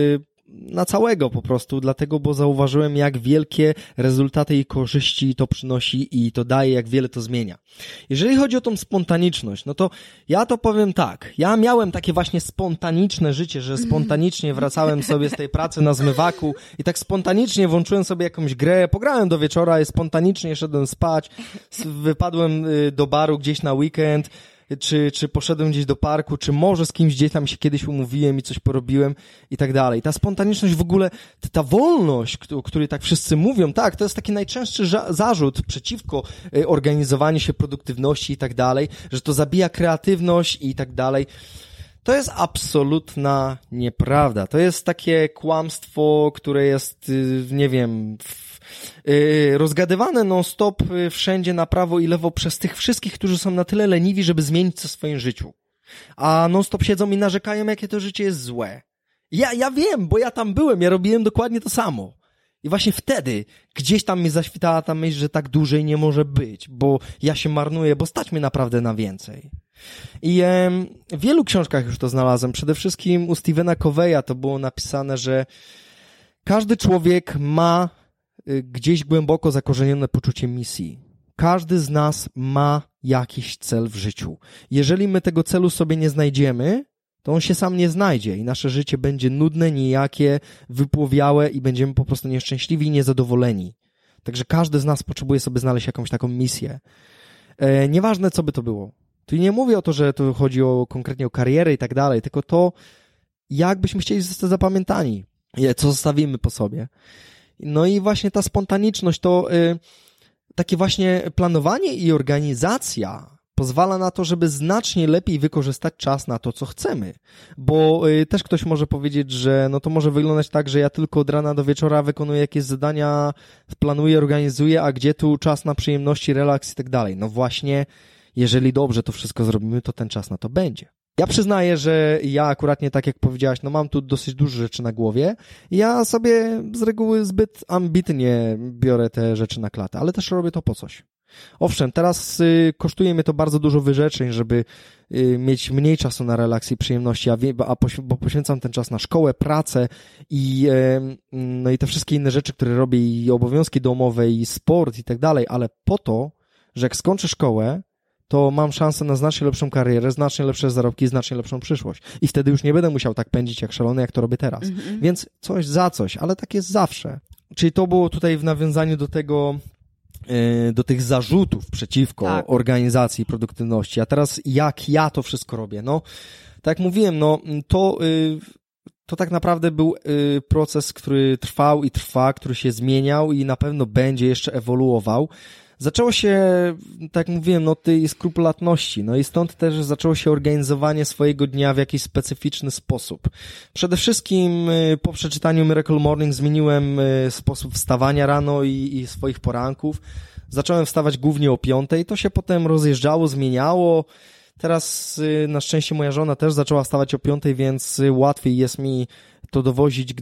na całego po prostu, dlatego, bo zauważyłem, jak wielkie rezultaty i korzyści to przynosi i to daje, jak wiele to zmienia. Jeżeli chodzi o tą spontaniczność, no to ja to powiem tak, ja miałem takie właśnie spontaniczne życie, że spontanicznie wracałem sobie z tej pracy na zmywaku i tak spontanicznie włączyłem sobie jakąś grę, pograłem do wieczora i spontanicznie szedłem spać, wypadłem do baru gdzieś na weekend, czy poszedłem gdzieś do parku, czy może z kimś gdzieś tam się kiedyś umówiłem i coś porobiłem i tak dalej. Ta spontaniczność w ogóle, ta wolność, o której tak wszyscy mówią, tak, to jest taki najczęstszy zarzut przeciwko organizowaniu się, produktywności i tak dalej, że to zabija kreatywność i tak dalej. To jest absolutna nieprawda. To jest takie kłamstwo, które jest, nie wiem, rozgadywane non-stop wszędzie na prawo i lewo przez tych wszystkich, którzy są na tyle leniwi, żeby zmienić coś w swoim życiu. A non-stop siedzą i narzekają, jakie to życie jest złe. Ja wiem, bo ja tam byłem, ja robiłem dokładnie to samo. I właśnie wtedy gdzieś tam mi zaświtała ta myśl, że tak dłużej nie może być, bo ja się marnuję, bo stać mnie naprawdę na więcej. I w wielu książkach już to znalazłem. Przede wszystkim u Stephena Coveya to było napisane, że każdy człowiek ma gdzieś głęboko zakorzenione poczucie misji. Każdy z nas ma jakiś cel w życiu. Jeżeli my tego celu sobie nie znajdziemy, to on się sam nie znajdzie i nasze życie będzie nudne, nijakie, wypłowiałe i będziemy po prostu nieszczęśliwi i niezadowoleni. Także każdy z nas potrzebuje sobie znaleźć jakąś taką misję. Nieważne, co by to było. Tu nie mówię o to, że tu chodzi konkretnie o karierę i tak dalej, tylko to, jak byśmy chcieli zostać zapamiętani, co zostawimy po sobie. No i właśnie ta spontaniczność, to takie właśnie planowanie i organizacja pozwala na to, żeby znacznie lepiej wykorzystać czas na to, co chcemy. Bo też ktoś może powiedzieć, że no to może wyglądać tak, że ja tylko od rana do wieczora wykonuję jakieś zadania, planuję, organizuję, a gdzie tu czas na przyjemności, relaks i tak dalej. No właśnie, jeżeli dobrze to wszystko zrobimy, to ten czas na to będzie. Ja przyznaję, że ja akuratnie, tak jak powiedziałaś, no mam tu dosyć dużo rzeczy na głowie. Ja sobie z reguły zbyt ambitnie biorę te rzeczy na klatę, ale też robię to po coś. Owszem, teraz kosztuje mnie to bardzo dużo wyrzeczeń, żeby mieć mniej czasu na relaks i przyjemności, bo poświęcam ten czas na szkołę, pracę no i te wszystkie inne rzeczy, które robię, i obowiązki domowe, i sport i tak dalej, ale po to, że jak skończę szkołę, to mam szansę na znacznie lepszą karierę, znacznie lepsze zarobki, znacznie lepszą przyszłość. I wtedy już nie będę musiał tak pędzić jak szalony, jak to robię teraz. Więc coś za coś, ale tak jest zawsze. Czyli to było tutaj w nawiązaniu do tego, do tych zarzutów przeciwko organizacji i produktywności. A teraz jak ja to wszystko robię? No, tak jak mówiłem, no to tak naprawdę był proces, który trwał i trwa, który się zmieniał i na pewno będzie jeszcze ewoluował. Zaczęło się, tak jak mówiłem, no tej skrupulatności, no i stąd też zaczęło się organizowanie swojego dnia w jakiś specyficzny sposób. Przede wszystkim po przeczytaniu Miracle Morning zmieniłem sposób wstawania rano i swoich poranków. Zacząłem wstawać głównie o 5:00, to się potem rozjeżdżało, zmieniało. Teraz na szczęście moja żona też zaczęła wstawać o 5:00, więc łatwiej jest mi to dowozić,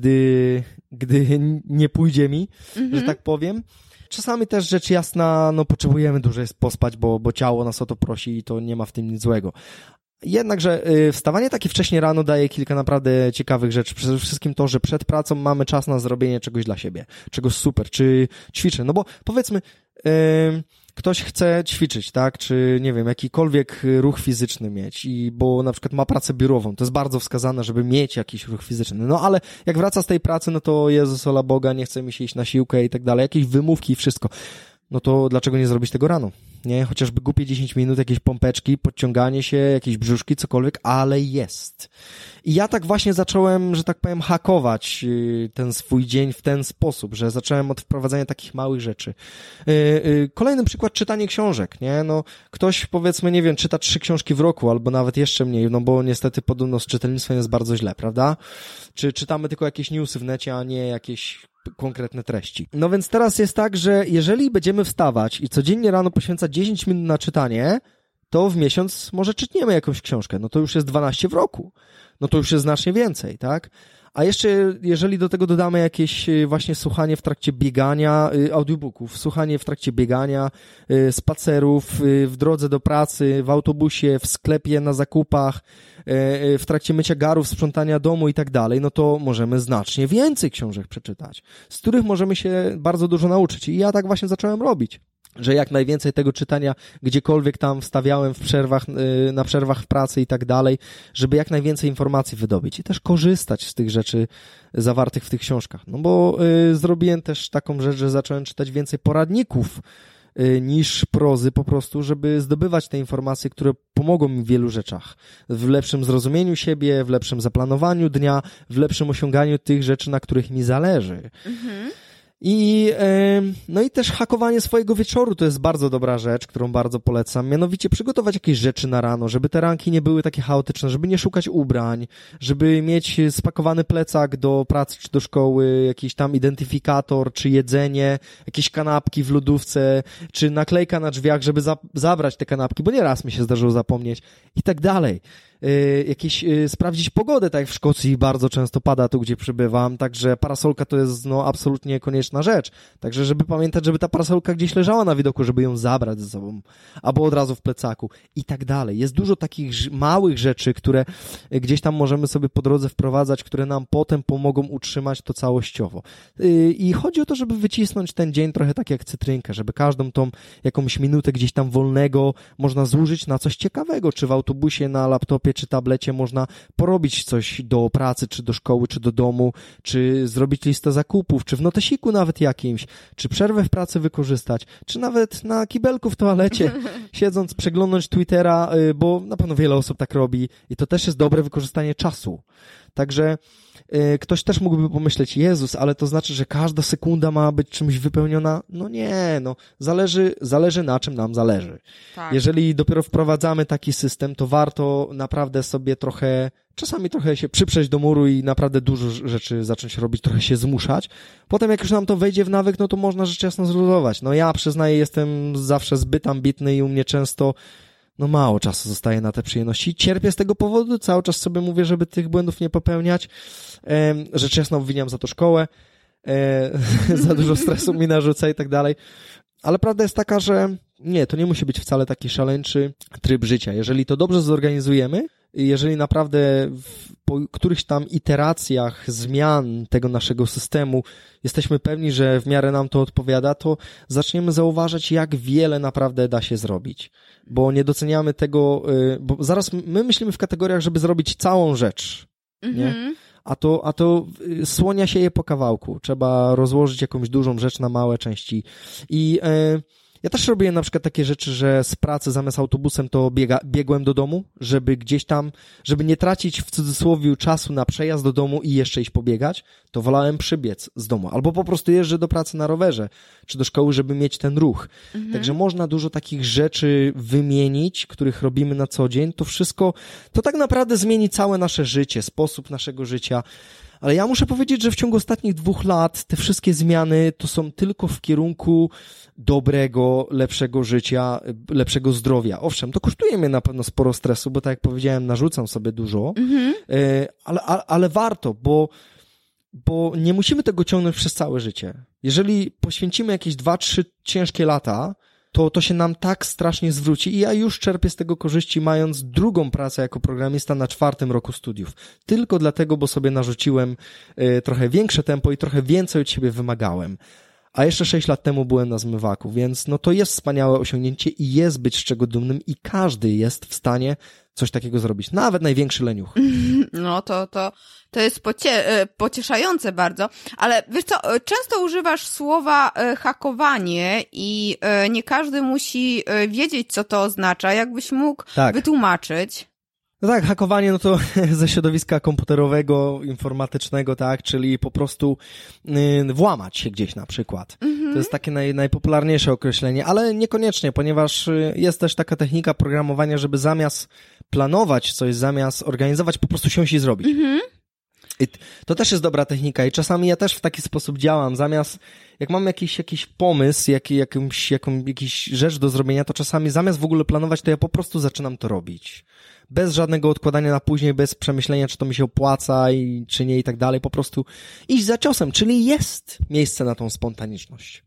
gdy nie pójdzie mi, że tak powiem. Czasami też rzecz jasna, no potrzebujemy dłużej pospać, bo ciało nas o to prosi i to nie ma w tym nic złego. Jednakże wstawanie takie wcześnie rano daje kilka naprawdę ciekawych rzeczy. Przede wszystkim to, że przed pracą mamy czas na zrobienie czegoś dla siebie, czegoś super, czy ćwiczę. No bo powiedzmy, ktoś chce ćwiczyć, tak, czy nie wiem, jakikolwiek ruch fizyczny mieć, bo na przykład ma pracę biurową, to jest bardzo wskazane, żeby mieć jakiś ruch fizyczny, no ale jak wraca z tej pracy, no to Jezus, ola Boga, nie chce mi się iść na siłkę i tak dalej, jakieś wymówki i wszystko, no to dlaczego nie zrobić tego rano, nie, chociażby głupie 10 minut, jakieś pompeczki, podciąganie się, jakieś brzuszki, cokolwiek, ale jest. I ja tak właśnie zacząłem, że tak powiem, hakować ten swój dzień w ten sposób, że zacząłem od wprowadzania takich małych rzeczy. Kolejny przykład, czytanie książek, nie? No, ktoś, powiedzmy, nie wiem, czyta 3 książki w roku, albo nawet jeszcze mniej, no bo niestety podobno z czytelnictwem jest bardzo źle, prawda? Czy czytamy tylko jakieś newsy w necie, a nie jakieś konkretne treści. No więc teraz jest tak, że jeżeli będziemy wstawać i codziennie rano poświęcać 10 minut na czytanie, to w miesiąc może czytniemy jakąś książkę, no to już jest 12 w roku. No to już jest znacznie więcej, tak? A jeszcze, jeżeli do tego dodamy jakieś właśnie słuchanie w trakcie biegania, audiobooków, słuchanie w trakcie biegania, spacerów, w drodze do pracy, w autobusie, w sklepie, na zakupach, w trakcie mycia garów, sprzątania domu i tak dalej, no to możemy znacznie więcej książek przeczytać, z których możemy się bardzo dużo nauczyć. I ja tak właśnie zacząłem robić, że jak najwięcej tego czytania gdziekolwiek tam wstawiałem w przerwach, na przerwach w pracy i tak dalej, żeby jak najwięcej informacji wydobyć i też korzystać z tych rzeczy zawartych w tych książkach. No bo zrobiłem też taką rzecz, że zacząłem czytać więcej poradników niż prozy po prostu, żeby zdobywać te informacje, które pomogą mi w wielu rzeczach. W lepszym zrozumieniu siebie, w lepszym zaplanowaniu dnia, w lepszym osiąganiu tych rzeczy, na których mi zależy. No i też hakowanie swojego wieczoru to jest bardzo dobra rzecz, którą bardzo polecam. Mianowicie przygotować jakieś rzeczy na rano, żeby te ranki nie były takie chaotyczne, żeby nie szukać ubrań, żeby mieć spakowany plecak do pracy czy do szkoły, jakiś tam identyfikator, czy jedzenie, jakieś kanapki w lodówce, czy naklejka na drzwiach, żeby zabrać te kanapki, bo nieraz mi się zdarzyło zapomnieć i tak dalej. Sprawdzić pogodę, tak jak w Szkocji bardzo często pada tu, gdzie przybywam, także parasolka to jest absolutnie konieczna rzecz, także żeby pamiętać, żeby ta parasolka gdzieś leżała na widoku, żeby ją zabrać ze sobą, albo od razu w plecaku i tak dalej. Jest dużo takich małych rzeczy, które gdzieś tam możemy sobie po drodze wprowadzać, które nam potem pomogą utrzymać to całościowo. I chodzi o to, żeby wycisnąć ten dzień trochę tak jak cytrynkę, żeby każdą tą jakąś minutę gdzieś tam wolnego można zużyć na coś ciekawego, czy w autobusie, na laptopie, czy tablecie można porobić coś do pracy, czy do szkoły, czy do domu, czy zrobić listę zakupów, czy w notesiku nawet jakimś, czy przerwę w pracy wykorzystać, czy nawet na kibelku w toalecie, siedząc, przeglądnąć Twittera, bo na pewno wiele osób tak robi i to też jest dobre wykorzystanie czasu. Także ktoś też mógłby pomyśleć, Jezus, ale to znaczy, że każda sekunda ma być czymś wypełniona? No nie, no zależy na czym nam zależy. Tak. Jeżeli dopiero wprowadzamy taki system, to warto naprawdę sobie czasami trochę się przyprzeć do muru i naprawdę dużo rzeczy zacząć robić, trochę się zmuszać. Potem jak już nam to wejdzie w nawyk, no to można rzecz jasno zluzować. No ja przyznaję, jestem zawsze zbyt ambitny i u mnie często mało czasu zostaje na te przyjemności. Cierpię z tego powodu, cały czas sobie mówię, żeby tych błędów nie popełniać. Rzecz jasna obwiniam za to szkołę, za dużo stresu mi narzuca i tak dalej. Ale prawda jest taka, że nie, to nie musi być wcale taki szaleńczy tryb życia. Jeżeli to dobrze zorganizujemy, jeżeli naprawdę po którychś tam iteracjach zmian tego naszego systemu jesteśmy pewni, że w miarę nam to odpowiada, to zaczniemy zauważać, jak wiele naprawdę da się zrobić. Bo nie doceniamy tego, bo zaraz my myślimy w kategoriach, żeby zrobić całą rzecz, nie? A to słonia się je po kawałku. Trzeba rozłożyć jakąś dużą rzecz na małe części. I ja też robiłem na przykład takie rzeczy, że z pracy zamiast autobusem to biegłem do domu, żeby gdzieś tam, żeby nie tracić w cudzysłowie czasu na przejazd do domu i jeszcze iść pobiegać, to wolałem przybiec z domu. Albo po prostu jeżdżę do pracy na rowerze, czy do szkoły, żeby mieć ten ruch. Także można dużo takich rzeczy wymienić, których robimy na co dzień. To wszystko, to tak naprawdę zmieni całe nasze życie, sposób naszego życia. Ale ja muszę powiedzieć, że w ciągu ostatnich 2 lat te wszystkie zmiany to są tylko w kierunku dobrego, lepszego życia, lepszego zdrowia. Owszem, to kosztuje mnie na pewno sporo stresu, bo tak jak powiedziałem, narzucam sobie dużo, ale warto, bo nie musimy tego ciągnąć przez całe życie. Jeżeli poświęcimy jakieś 2-3 ciężkie lata, to się nam tak strasznie zwróci i ja już czerpię z tego korzyści, mając drugą pracę jako programista na 4. roku studiów. Tylko dlatego, bo sobie narzuciłem trochę większe tempo i trochę więcej od siebie wymagałem. A jeszcze 6 lat temu byłem na zmywaku, więc to jest wspaniałe osiągnięcie i jest być z czego dumnym i każdy jest w stanie coś takiego zrobić. Nawet największy leniuch. No to jest pocieszające bardzo. Ale wiesz co, często używasz słowa hakowanie i nie każdy musi wiedzieć, co to oznacza. Jakbyś mógł wytłumaczyć? No tak, hakowanie to ze środowiska komputerowego, informatycznego, tak, czyli po prostu włamać się gdzieś na przykład. To jest takie najpopularniejsze określenie, ale niekoniecznie, ponieważ jest też taka technika programowania, żeby zamiast planować coś, zamiast organizować, po prostu siąść i zrobić. I to też jest dobra technika i czasami ja też w taki sposób działam. Zamiast, jak mam jakiś pomysł, jakiś rzecz do zrobienia, to czasami zamiast w ogóle planować, to ja po prostu zaczynam to robić. Bez żadnego odkładania na później, bez przemyślenia, czy to mi się opłaca, czy nie i tak dalej. Po prostu iść za ciosem, czyli jest miejsce na tą spontaniczność.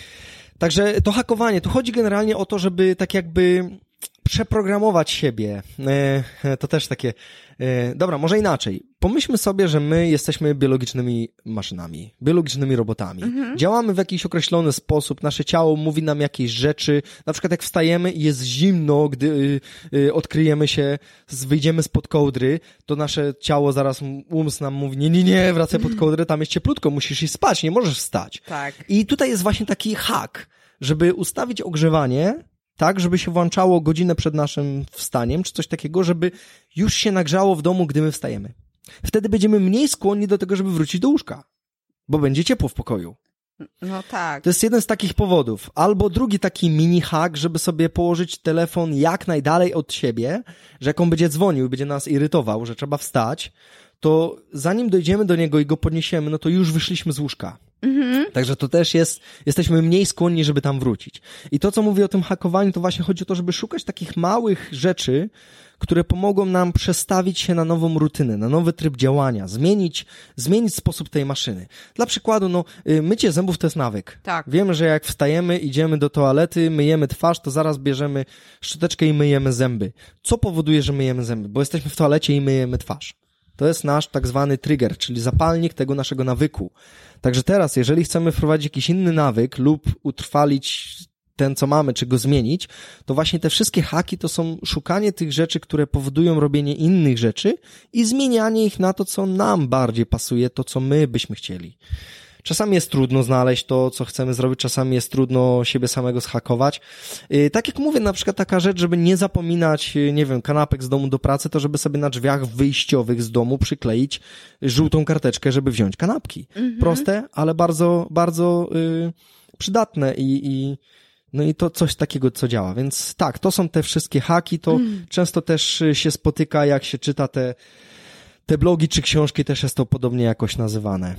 Także to hakowanie, tu chodzi generalnie o to, żeby tak jakby przeprogramować siebie. To też takie... Dobra, może inaczej. Pomyślmy sobie, że my jesteśmy biologicznymi maszynami, biologicznymi robotami. Działamy w jakiś określony sposób, nasze ciało mówi nam jakieś rzeczy, na przykład jak wstajemy i jest zimno, gdy odkryjemy się, wyjdziemy spod kołdry, to nasze ciało zaraz, umysł nam mówi, nie, wracaj pod kołdrę, tam jest cieplutko, musisz iść spać, nie możesz wstać. Tak. I tutaj jest właśnie taki hak, żeby ustawić ogrzewanie tak, żeby się włączało godzinę przed naszym wstaniem, czy coś takiego, żeby już się nagrzało w domu, gdy my wstajemy. Wtedy będziemy mniej skłonni do tego, żeby wrócić do łóżka, bo będzie ciepło w pokoju. No tak. To jest jeden z takich powodów. Albo drugi taki mini hack, żeby sobie położyć telefon jak najdalej od siebie, że jak on będzie dzwonił i będzie nas irytował, że trzeba wstać, to zanim dojdziemy do niego i go podniesiemy, no to już wyszliśmy z łóżka. Także to też jesteśmy mniej skłonni, żeby tam wrócić. I to, co mówię o tym hakowaniu, to właśnie chodzi o to, żeby szukać takich małych rzeczy, które pomogą nam przestawić się na nową rutynę, na nowy tryb działania, zmienić sposób tej maszyny. Dla przykładu, mycie zębów to jest nawyk. Tak. Wiemy, że jak wstajemy, idziemy do toalety, myjemy twarz, to zaraz bierzemy szczoteczkę i myjemy zęby. Co powoduje, że myjemy zęby? Bo jesteśmy w toalecie i myjemy twarz. To jest nasz tak zwany trigger, czyli zapalnik tego naszego nawyku. Także teraz, jeżeli chcemy wprowadzić jakiś inny nawyk lub utrwalić ten, co mamy, czy go zmienić, to właśnie te wszystkie haki to są szukanie tych rzeczy, które powodują robienie innych rzeczy i zmienianie ich na to, co nam bardziej pasuje, to, co my byśmy chcieli. Czasami jest trudno znaleźć to, co chcemy zrobić, czasami jest trudno siebie samego zhakować. Tak jak mówię, na przykład taka rzecz, żeby nie zapominać, nie wiem, kanapek z domu do pracy, to żeby sobie na drzwiach wyjściowych z domu przykleić żółtą karteczkę, żeby wziąć kanapki. Proste, ale bardzo, bardzo przydatne no i to coś takiego, co działa. Więc tak, to są te wszystkie haki, to często też się spotyka, jak się czyta te blogi czy książki, też jest to podobnie jakoś nazywane.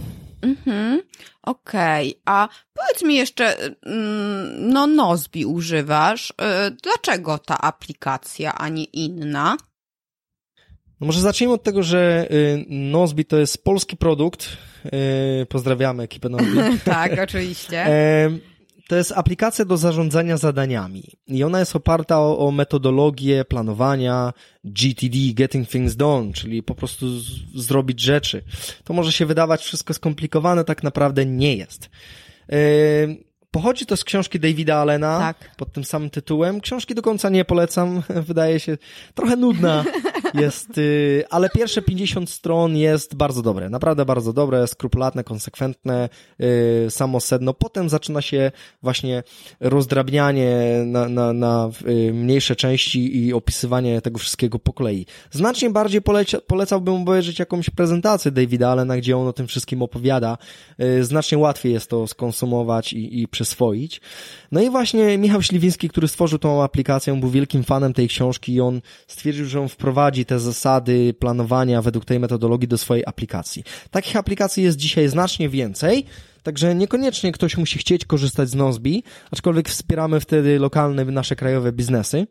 Okej. A powiedz mi jeszcze, no Nozbi używasz. Dlaczego ta aplikacja, a nie inna? No może zacznijmy od tego, że Nozbi to jest polski produkt. Pozdrawiamy ekipę Nozbi. Tak, oczywiście. To jest aplikacja do zarządzania zadaniami i ona jest oparta o metodologię planowania GTD, Getting Things Done, czyli po prostu zrobić rzeczy. To może się wydawać wszystko skomplikowane, tak naprawdę nie jest. Pochodzi to z książki Davida Allena, tak, pod tym samym tytułem. Książki do końca nie polecam, wydaje się trochę nudna jest, ale pierwsze 50 stron jest bardzo dobre, naprawdę bardzo dobre, skrupulatne, konsekwentne, samo sedno. Potem zaczyna się właśnie rozdrabnianie na mniejsze części i opisywanie tego wszystkiego po kolei. Znacznie bardziej polecałbym obejrzeć jakąś prezentację Davida Allena, gdzie on o tym wszystkim opowiada. Znacznie łatwiej jest to skonsumować i przyswoić. No i właśnie Michał Śliwiński, który stworzył tą aplikację, był wielkim fanem tej książki i on stwierdził, że on wprowadzi te zasady planowania według tej metodologii do swojej aplikacji. Takich aplikacji jest dzisiaj znacznie więcej, także niekoniecznie ktoś musi chcieć korzystać z Nozbi, aczkolwiek wspieramy wtedy lokalne, nasze krajowe biznesy.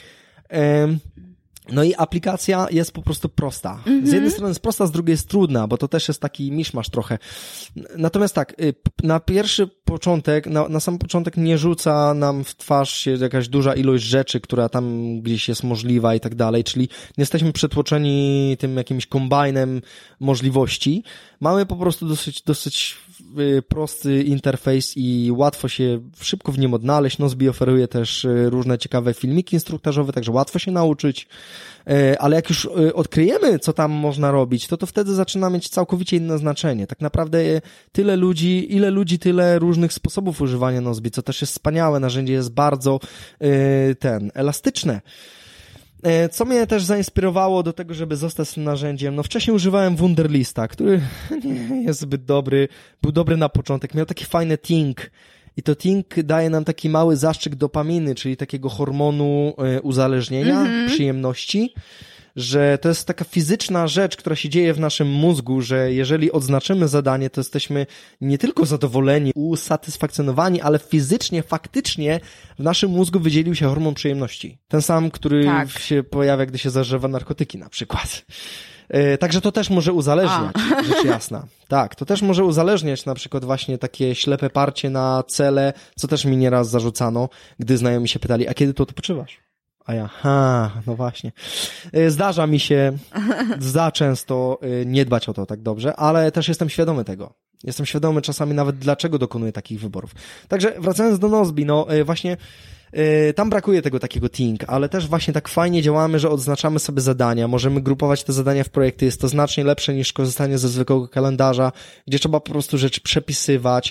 No i aplikacja jest po prostu prosta. Z jednej strony jest prosta, z drugiej jest trudna, bo to też jest taki miszmasz trochę. Natomiast tak, na pierwszy początek, na sam początek nie rzuca nam w twarz się jakaś duża ilość rzeczy, która tam gdzieś jest możliwa i tak dalej, czyli nie jesteśmy przetłoczeni tym jakimś kombajnem możliwości. Mamy po prostu dosyć prosty interfejs i łatwo się szybko w nim odnaleźć. Nozbi oferuje też różne ciekawe filmiki instruktażowe, także łatwo się nauczyć, ale jak już odkryjemy, co tam można robić, to wtedy zaczyna mieć całkowicie inne znaczenie. Tak naprawdę ile ludzi, tyle różnych sposobów używania Nozbi, co też jest wspaniałe. Narzędzie jest bardzo elastyczne. Co mnie też zainspirowało do tego, żeby zostać tym narzędziem? No wcześniej używałem Wunderlista, który nie jest zbyt dobry, był dobry na początek, miał takie fajne think i to think daje nam taki mały zastrzyk dopaminy, czyli takiego hormonu uzależnienia, przyjemności, że to jest taka fizyczna rzecz, która się dzieje w naszym mózgu, że jeżeli odznaczymy zadanie, to jesteśmy nie tylko zadowoleni, usatysfakcjonowani, ale fizycznie, faktycznie w naszym mózgu wydzielił się hormon przyjemności. Ten sam, który się pojawia, gdy się zażywa narkotyki na przykład. Także to też może uzależniać, rzecz jasna. Tak, to też może uzależniać na przykład właśnie takie ślepe parcie na cele, co też mi nieraz zarzucano, gdy znajomi się pytali, a kiedy to odpoczywasz? A ja, no właśnie. Zdarza mi się za często nie dbać o to tak dobrze, ale też jestem świadomy tego. Jestem świadomy czasami nawet dlaczego dokonuję takich wyborów. Także wracając do Nozbi, no właśnie tam brakuje tego takiego think, ale też właśnie tak fajnie działamy, że odznaczamy sobie zadania, możemy grupować te zadania w projekty, jest to znacznie lepsze niż korzystanie ze zwykłego kalendarza, gdzie trzeba po prostu rzeczy przepisywać.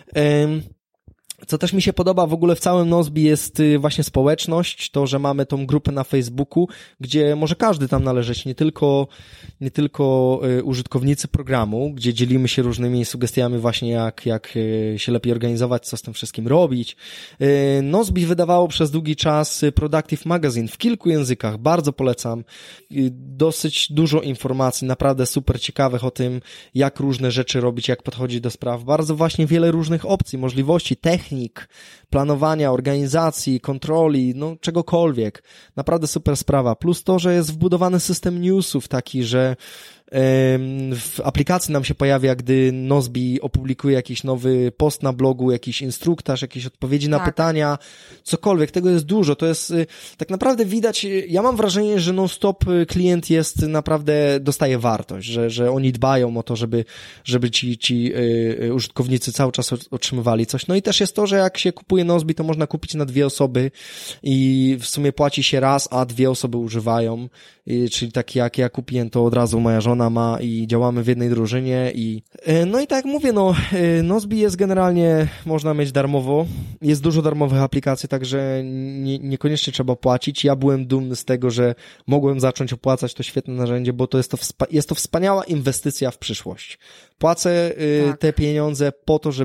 Co też mi się podoba w ogóle w całym Nozbi jest właśnie społeczność, to, że mamy tą grupę na Facebooku, gdzie może każdy tam należeć, nie tylko użytkownicy programu, gdzie dzielimy się różnymi sugestiami właśnie jak się lepiej organizować, co z tym wszystkim robić. Nozbi wydawało przez długi czas Productive Magazine w kilku językach, bardzo polecam. Dosyć dużo informacji, naprawdę super ciekawych o tym, jak różne rzeczy robić, jak podchodzić do spraw. Bardzo właśnie wiele różnych opcji, możliwości, technik, planowania, organizacji, kontroli, no czegokolwiek. Naprawdę super sprawa. Plus to, że jest wbudowany system newsów taki, że w aplikacji nam się pojawia, gdy Nozbi opublikuje jakiś nowy post na blogu, jakiś instruktaż, jakieś odpowiedzi na pytania, cokolwiek. Tego jest dużo. To jest tak naprawdę widać, ja mam wrażenie, że non-stop klient jest naprawdę, dostaje wartość, że oni dbają o to, żeby ci użytkownicy cały czas otrzymywali coś. No i też jest to, że jak się kupuje Nozbi, to można kupić na 2 osoby i w sumie płaci się raz, a 2 osoby używają. Czyli tak jak ja kupiłem, to od razu moja żona żona ma i działamy w jednej drużynie i no i tak jak mówię, Nozbi jest generalnie, można mieć darmowo, jest dużo darmowych aplikacji, także niekoniecznie trzeba płacić. Ja byłem dumny z tego, że mogłem zacząć opłacać to świetne narzędzie, bo to jest to wspaniała inwestycja w przyszłość. Płacę te pieniądze po to,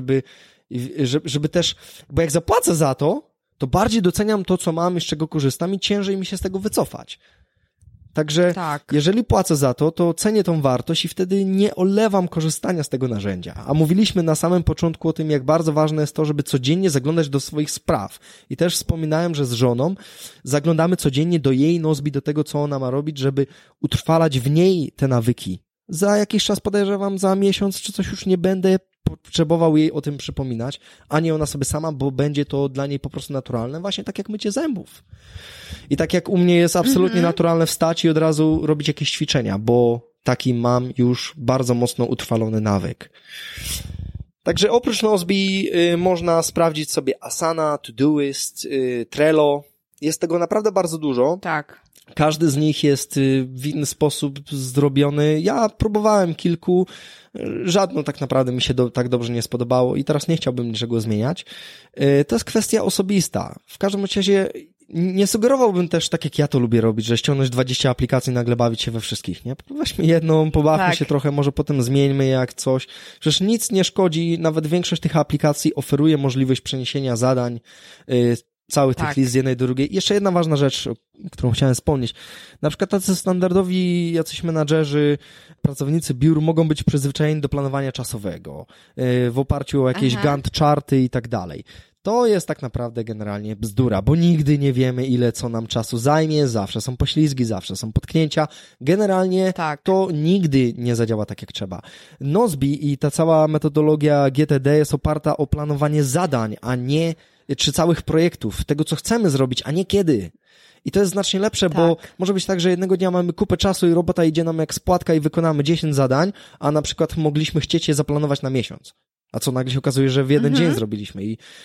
żeby też, bo jak zapłacę za to bardziej doceniam to, co mam i z czego korzystam i ciężej mi się z tego wycofać. Także jeżeli płacę za to cenię tą wartość i wtedy nie olewam korzystania z tego narzędzia. A mówiliśmy na samym początku o tym, jak bardzo ważne jest to, żeby codziennie zaglądać do swoich spraw. I też wspominałem, że z żoną zaglądamy codziennie do jej Nozbi, do tego, co ona ma robić, żeby utrwalać w niej te nawyki. Za jakiś czas, podejrzewam, za miesiąc czy coś już nie będę potrzebował jej o tym przypominać, a nie ona sobie sama, bo będzie to dla niej po prostu naturalne, właśnie tak jak mycie zębów. I tak jak u mnie jest absolutnie naturalne wstać i od razu robić jakieś ćwiczenia, bo taki mam już bardzo mocno utrwalony nawyk. Także oprócz Nozbi można sprawdzić sobie Asana, Todoist, Trello. Jest tego naprawdę bardzo dużo. Tak. Każdy z nich jest w inny sposób zrobiony. Ja próbowałem kilku, żadno tak naprawdę mi się tak dobrze nie spodobało i teraz nie chciałbym niczego zmieniać. To jest kwestia osobista. W każdym razie nie sugerowałbym też, tak jak ja to lubię robić, że ściągnąć 20 aplikacji i nagle bawić się we wszystkich, nie? Weźmy jedną, pobawmy się trochę, może potem zmieńmy jak coś. Przecież nic nie szkodzi, nawet większość tych aplikacji oferuje możliwość przeniesienia zadań, całych tych list z jednej do drugiej. Jeszcze jedna ważna rzecz, którą chciałem wspomnieć. Na przykład tacy standardowi jacyś menadżerzy, pracownicy biur mogą być przyzwyczajeni do planowania czasowego w oparciu o jakieś Gantt charty i tak dalej. To jest tak naprawdę generalnie bzdura, bo nigdy nie wiemy, ile co nam czasu zajmie, zawsze są poślizgi, zawsze są potknięcia. Generalnie to nigdy nie zadziała tak, jak trzeba. Nozbi i ta cała metodologia GTD jest oparta o planowanie zadań, a nie czy całych projektów, tego, co chcemy zrobić, a nie kiedy. I to jest znacznie lepsze, bo może być tak, że jednego dnia mamy kupę czasu i robota idzie nam jak spłatka i wykonamy 10 zadań, a na przykład mogliśmy chcieć je zaplanować na miesiąc. A co nagle się okazuje, że w jeden dzień zrobiliśmy.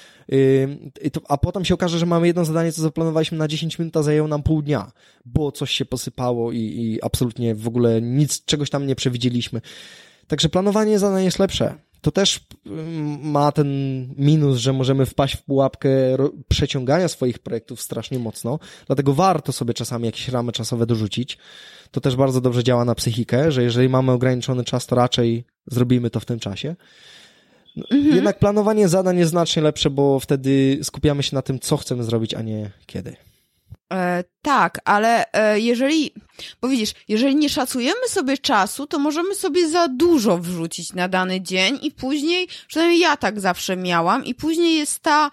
A potem się okaże, że mamy jedno zadanie, co zaplanowaliśmy na 10 minut, a zajęło nam pół dnia, bo coś się posypało i absolutnie w ogóle nic, czegoś tam nie przewidzieliśmy. Także planowanie zadań jest lepsze. To też ma ten minus, że możemy wpaść w pułapkę przeciągania swoich projektów strasznie mocno, dlatego warto sobie czasami jakieś ramy czasowe dorzucić. To też bardzo dobrze działa na psychikę, że jeżeli mamy ograniczony czas, to raczej zrobimy to w tym czasie. Jednak planowanie zadań jest znacznie lepsze, bo wtedy skupiamy się na tym, co chcemy zrobić, a nie kiedy. Tak, ale bo widzisz, jeżeli nie szacujemy sobie czasu, to możemy sobie za dużo wrzucić na dany dzień i później, przynajmniej ja tak zawsze miałam, i później jest ta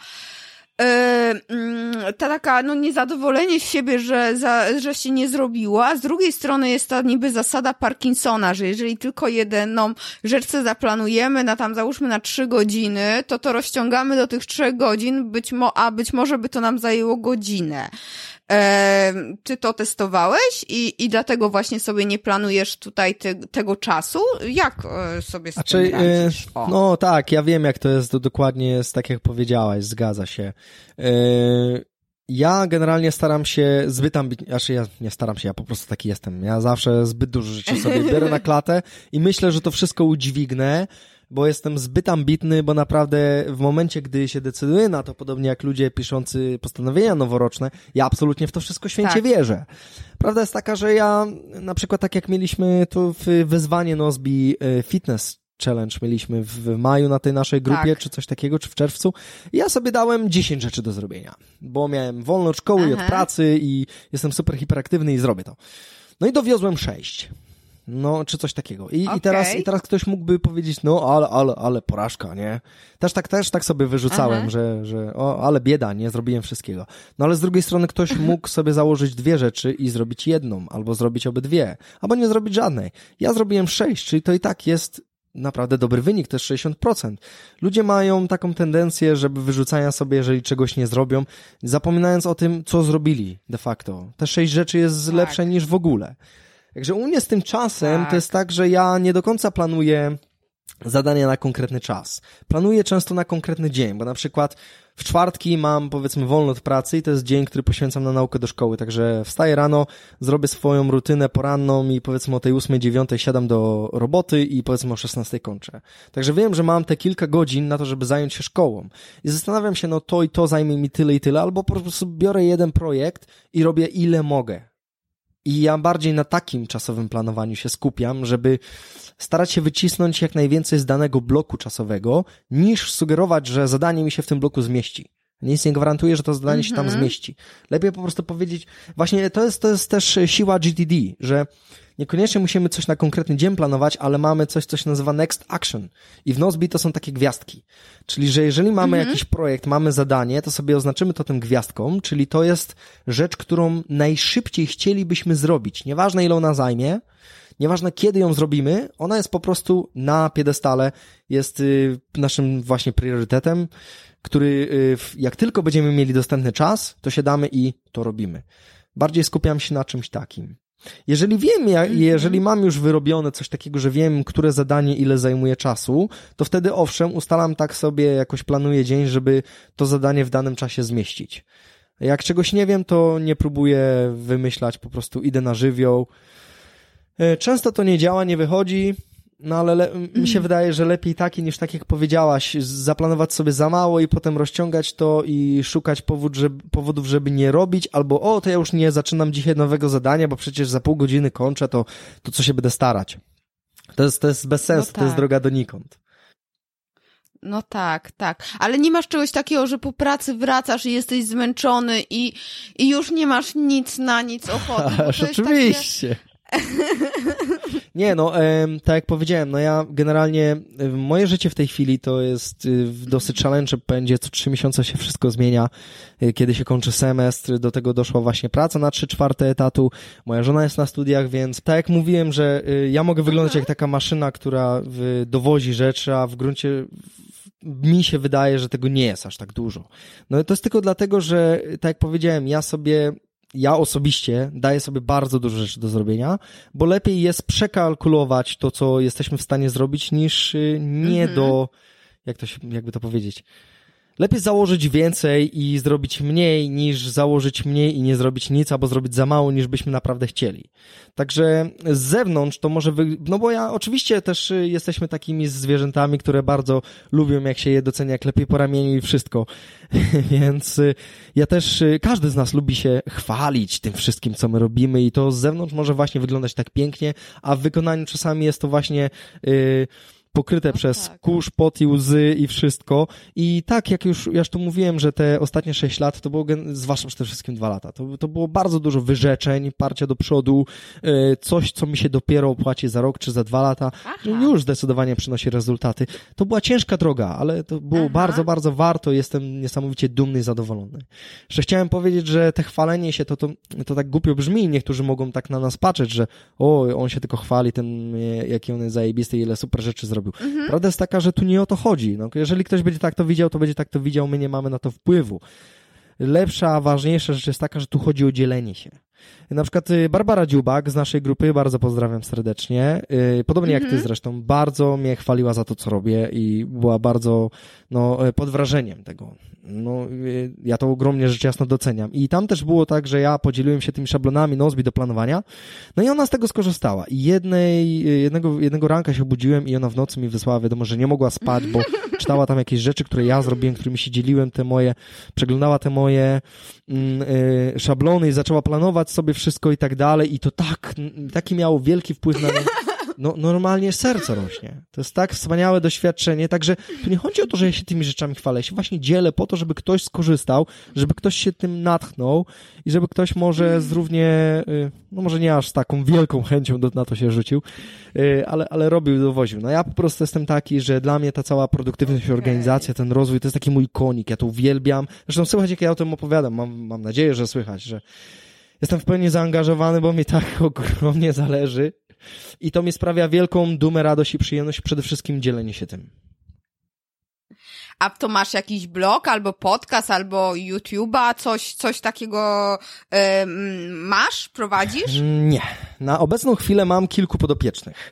taka, niezadowolenie z siebie, że się nie zrobiła, a z drugiej strony jest ta niby zasada Parkinsona, że jeżeli tylko jedną rzecz zaplanujemy załóżmy na 3 godziny, to rozciągamy do tych 3 godzin, a być może by to nam zajęło godzinę. Czy to testowałeś i dlatego właśnie sobie nie planujesz tutaj tego czasu? Jak sobie z tym radzisz? No tak, ja wiem jak to jest, to dokładnie jest tak jak powiedziałaś, zgadza się. Ja generalnie staram się zbyt ambitnie, ja nie staram się, ja po prostu taki jestem. Ja zawsze zbyt dużo rzeczy sobie biorę na klatę i myślę, że to wszystko udźwignę, bo jestem zbyt ambitny, bo naprawdę w momencie, gdy się decyduję na to, podobnie jak ludzie piszący postanowienia noworoczne, ja absolutnie w to wszystko święcie wierzę. Prawda jest taka, że ja na przykład tak jak mieliśmy to wyzwanie Nozbi Fitness Challenge mieliśmy w maju na tej naszej grupie, czy coś takiego, czy w czerwcu. Ja sobie dałem 10 rzeczy do zrobienia, bo miałem wolno od szkoły i od pracy i jestem super hiperaktywny i zrobię to. No i dowiozłem 6. No, czy coś takiego. I teraz ktoś mógłby powiedzieć, ale porażka, nie? Też tak sobie wyrzucałem, że ale bieda, nie zrobiłem wszystkiego. No ale z drugiej strony ktoś mógł sobie założyć 2 rzeczy i zrobić jedną, albo zrobić obydwie, albo nie zrobić żadnej. Ja zrobiłem 6, czyli to i tak jest naprawdę dobry wynik, to jest 60%. Ludzie mają taką tendencję, żeby wyrzucania sobie, jeżeli czegoś nie zrobią, zapominając o tym, co zrobili de facto. Te 6 rzeczy jest lepsze niż w ogóle. Także u mnie z tym czasem to jest tak, że ja nie do końca planuję zadania na konkretny czas. Planuję często na konkretny dzień, bo na przykład w czwartki mam, powiedzmy, wolny od pracy i to jest dzień, który poświęcam na naukę do szkoły, także wstaję rano, zrobię swoją rutynę poranną i powiedzmy o tej 8, 9 siadam do roboty i powiedzmy o 16 kończę. Także wiem, że mam te kilka godzin na to, żeby zająć się szkołą. I zastanawiam się, no to i to zajmie mi tyle i tyle, albo po prostu biorę jeden projekt i robię ile mogę. I ja bardziej na takim czasowym planowaniu się skupiam, żeby starać się wycisnąć jak najwięcej z danego bloku czasowego, niż sugerować, że zadanie mi się w tym bloku zmieści. Nic nie gwarantuje, że to zadanie się tam zmieści. Lepiej po prostu powiedzieć, właśnie to jest też siła GTD, że niekoniecznie musimy coś na konkretny dzień planować, ale mamy coś, co się nazywa next action. I w Nozbe to są takie gwiazdki. Czyli, że jeżeli mamy jakiś projekt, mamy zadanie, to sobie oznaczymy to tym gwiazdką, czyli to jest rzecz, którą najszybciej chcielibyśmy zrobić. Nieważne ile ona zajmie, nieważne kiedy ją zrobimy, ona jest po prostu na piedestale, jest naszym właśnie priorytetem, który jak tylko będziemy mieli dostępny czas, to siadamy i to robimy. Bardziej skupiam się na czymś takim. Jeżeli wiem, jeżeli mam już wyrobione coś takiego, że wiem, które zadanie ile zajmuje czasu, to wtedy owszem, ustalam tak sobie, jakoś planuję dzień, żeby to zadanie w danym czasie zmieścić. Jak czegoś nie wiem, to nie próbuję wymyślać, po prostu idę na żywioł. Często to nie działa, nie wychodzi, no ale mi się wydaje, że lepiej takie niż tak jak powiedziałaś, zaplanować sobie za mało i potem rozciągać to i szukać powodów, żeby nie robić, albo to ja już nie zaczynam dzisiaj nowego zadania, bo przecież za pół godziny kończę, to co się będę starać. To jest bez sensu, no tak. To jest droga donikąd. No tak. Ale nie masz czegoś takiego, że po pracy wracasz i jesteś zmęczony i już nie masz na nic ochoty. Oczywiście. Nie, tak jak powiedziałem, ja generalnie, moje życie w tej chwili to jest dosyć challenge, będzie co 3 miesiące się wszystko zmienia, kiedy się kończy semestr, do tego doszła właśnie praca na 3/4 etatu, moja żona jest na studiach, więc tak jak mówiłem, że ja mogę wyglądać jak taka maszyna, która dowozi rzeczy, a w gruncie mi się wydaje, że tego nie jest aż tak dużo. No to jest tylko dlatego, że tak jak powiedziałem, ja osobiście daję sobie bardzo dużo rzeczy do zrobienia, bo lepiej jest przekalkulować to, co jesteśmy w stanie zrobić, niż nie jakby to powiedzieć. Lepiej założyć więcej i zrobić mniej, niż założyć mniej i nie zrobić nic, albo zrobić za mało, niż byśmy naprawdę chcieli. Także z zewnątrz to może bo oczywiście też jesteśmy takimi zwierzętami, które bardzo lubią, jak się je docenia, jak lepiej po ramieniu i wszystko. Więc ja też, każdy z nas lubi się chwalić tym wszystkim, co my robimy i to z zewnątrz może właśnie wyglądać tak pięknie, a w wykonaniu czasami jest to właśnie pokryte przez kurz, pot i łzy i wszystko. I tak, jak już tu mówiłem, że te ostatnie 6 lat, to było, zwłaszcza przede wszystkim 2 lata, to było bardzo dużo wyrzeczeń, parcia do przodu, coś, co mi się dopiero opłaci za rok czy za 2 lata, już zdecydowanie przynosi rezultaty. To była ciężka droga, ale to było bardzo, bardzo warto. Jestem niesamowicie dumny i zadowolony. Jeszcze chciałem powiedzieć, że te chwalenie się, to tak głupio brzmi. Niektórzy mogą tak na nas patrzeć, że on się tylko chwali tym, jaki on jest zajebisty i ile super rzeczy zrobił. Prawda jest taka, że tu nie o to chodzi. Jeżeli ktoś będzie tak to widział, to będzie tak to widział, my nie mamy na to wpływu. Lepsza, ważniejsza rzecz jest taka, że tu chodzi o dzielenie się. Na przykład Barbara Dziubak z naszej grupy, bardzo pozdrawiam serdecznie, podobnie jak ty zresztą, bardzo mnie chwaliła za to, co robię i była bardzo pod wrażeniem tego. Ja to ogromnie rzecz jasno doceniam. I tam też było tak, że ja podzieliłem się tymi szablonami Nozbe do planowania, i ona z tego skorzystała. I jednego ranka się obudziłem i ona w nocy mi wysłała wiadomo, że nie mogła spać, bo czytała tam jakieś rzeczy, które ja zrobiłem, którymi się dzieliłem, przeglądała te moje szablony i zaczęła planować sobie wszystko i tak dalej i to taki miało wielki wpływ na mnie. Normalnie serce rośnie. To jest tak wspaniałe doświadczenie, także tu nie chodzi o to, że ja się tymi rzeczami chwalę. Ja się właśnie dzielę po to, żeby ktoś skorzystał, żeby ktoś się tym natchnął i żeby ktoś może z równie, może nie aż z taką wielką chęcią na to się rzucił, ale robił, dowoził. Ja po prostu jestem taki, że dla mnie ta cała produktywność, organizacja, ten rozwój, to jest taki mój konik. Ja to uwielbiam. Zresztą słychać, jak ja o tym opowiadam. Mam nadzieję, że słychać, że jestem w pełni zaangażowany, bo mi tak ogromnie zależy. I to mi sprawia wielką dumę, radość i przyjemność, przede wszystkim dzielenie się tym. A to masz jakiś blog, albo podcast, albo YouTube'a, coś takiego masz, prowadzisz? Nie. Na obecną chwilę mam kilku podopiecznych.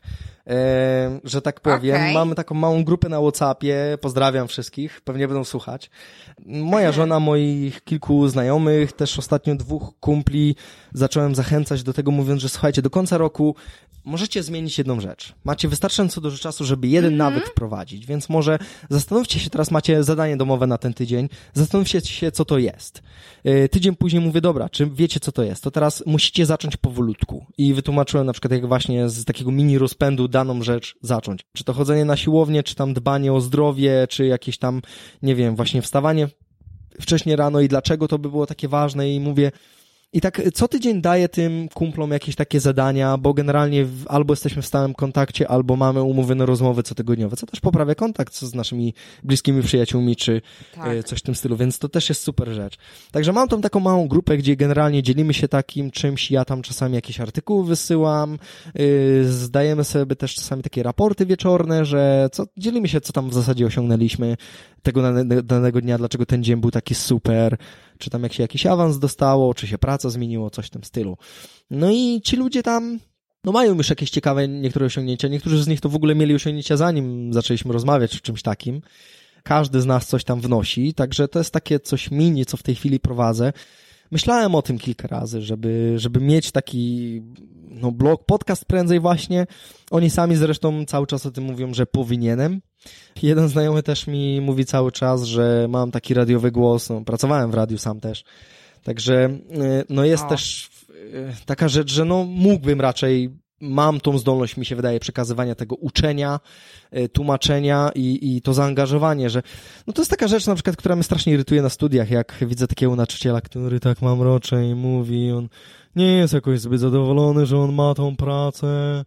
że tak powiem. Okay. Mamy taką małą grupę na WhatsAppie, pozdrawiam wszystkich, pewnie będą słuchać. Moja żona, moich kilku znajomych, też ostatnio 2 kumpli zacząłem zachęcać do tego, mówiąc, że słuchajcie, do końca roku możecie zmienić jedną rzecz. Macie wystarczająco dużo czasu, żeby jeden nawyk wprowadzić, więc może zastanówcie się, teraz macie zadanie domowe na ten tydzień, zastanówcie się, co to jest. Tydzień później mówię, dobra, czy wiecie, co to jest? To teraz musicie zacząć powolutku. I wytłumaczyłem na przykład, jak właśnie z takiego mini rozpędu daną rzecz zacząć. Czy to chodzenie na siłownię, czy tam dbanie o zdrowie, czy jakieś tam, nie wiem, właśnie wstawanie wcześnie rano i dlaczego to by było takie ważne i mówię, i tak co tydzień daję tym kumplom jakieś takie zadania, bo generalnie albo jesteśmy w stałym kontakcie, albo mamy umówione rozmowy cotygodniowe, co też poprawia kontakt z naszymi bliskimi przyjaciółmi, czy coś w tym stylu, więc to też jest super rzecz. Także mam tam taką małą grupę, gdzie generalnie dzielimy się takim czymś, ja tam czasami jakieś artykuły wysyłam, zdajemy sobie też czasami takie raporty wieczorne, że dzielimy się, co tam w zasadzie osiągnęliśmy tego danego dnia, dlaczego ten dzień był taki super, czy tam jak się jakiś awans dostało, czy się praca zmieniło, coś w tym stylu. No i ci ludzie tam, no mają już jakieś ciekawe niektóre osiągnięcia, niektórzy z nich to w ogóle mieli osiągnięcia zanim zaczęliśmy rozmawiać o czymś takim. Każdy z nas coś tam wnosi, także to jest takie coś mini, co w tej chwili prowadzę. Myślałem o tym kilka razy, żeby mieć taki blog, podcast prędzej właśnie. Oni sami zresztą cały czas o tym mówią, że powinienem. Jeden znajomy też mi mówi cały czas, że mam taki radiowy głos, pracowałem w radiu sam też. Także jest też taka rzecz, że mógłbym raczej, mam tą zdolność, mi się wydaje, przekazywania tego uczenia, tłumaczenia i to zaangażowanie, że to jest taka rzecz na przykład, która mnie strasznie irytuje na studiach, jak widzę takiego nauczyciela, który tak mamrocze i mówi, on nie jest jakoś zbyt zadowolony, że on ma tą pracę.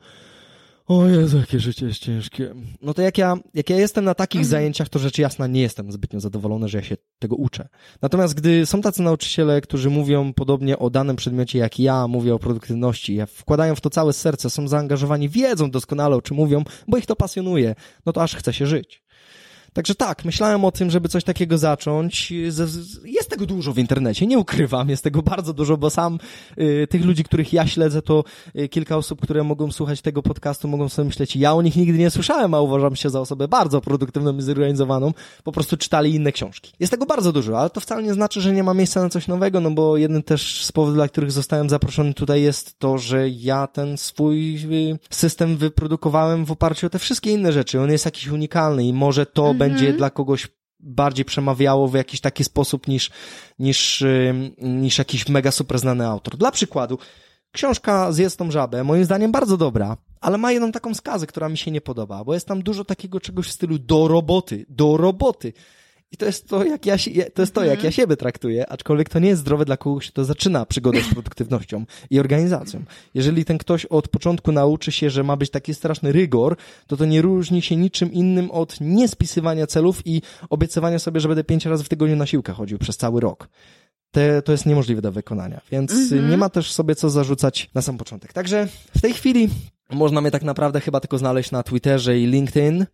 O Jezu, jakie życie jest ciężkie. No to jak ja jestem na takich zajęciach, to rzecz jasna nie jestem zbytnio zadowolony, że ja się tego uczę. Natomiast gdy są tacy nauczyciele, którzy mówią podobnie o danym przedmiocie jak ja, mówię o produktywności, wkładają w to całe serce, są zaangażowani, wiedzą doskonale o czym mówią, bo ich to pasjonuje, no to aż chce się żyć. Także tak, myślałem o tym, żeby coś takiego zacząć. Jest tego dużo w internecie, nie ukrywam, jest tego bardzo dużo, bo sam tych ludzi, których ja śledzę, to kilka osób, które mogą słuchać tego podcastu, mogą sobie myśleć, ja o nich nigdy nie słyszałem, a uważam się za osobę bardzo produktywną i zorganizowaną, po prostu czytali inne książki. Jest tego bardzo dużo, ale to wcale nie znaczy, że nie ma miejsca na coś nowego, bo jednym też z powodów, dla których zostałem zaproszony tutaj jest to, że ja ten swój system wyprodukowałem w oparciu o te wszystkie inne rzeczy. On jest jakiś unikalny i może to będzie dla kogoś bardziej przemawiało w jakiś taki sposób niż jakiś mega super znany autor. Dla przykładu, książka Zjedz tą żabę, moim zdaniem bardzo dobra, ale ma jedną taką skazę, która mi się nie podoba, bo jest tam dużo takiego czegoś w stylu do roboty. I to jest to, jak ja siebie traktuję, aczkolwiek to nie jest zdrowe dla kogoś, kto zaczyna przygodę z produktywnością i organizacją. Jeżeli ten ktoś od początku nauczy się, że ma być taki straszny rygor, to nie różni się niczym innym od niespisywania celów i obiecywania sobie, że będę 5 razy w tygodniu na siłkę chodził przez cały rok. To jest niemożliwe do wykonania, więc nie ma też sobie co zarzucać na sam początek. Także w tej chwili można mnie tak naprawdę chyba tylko znaleźć na Twitterze i LinkedIn,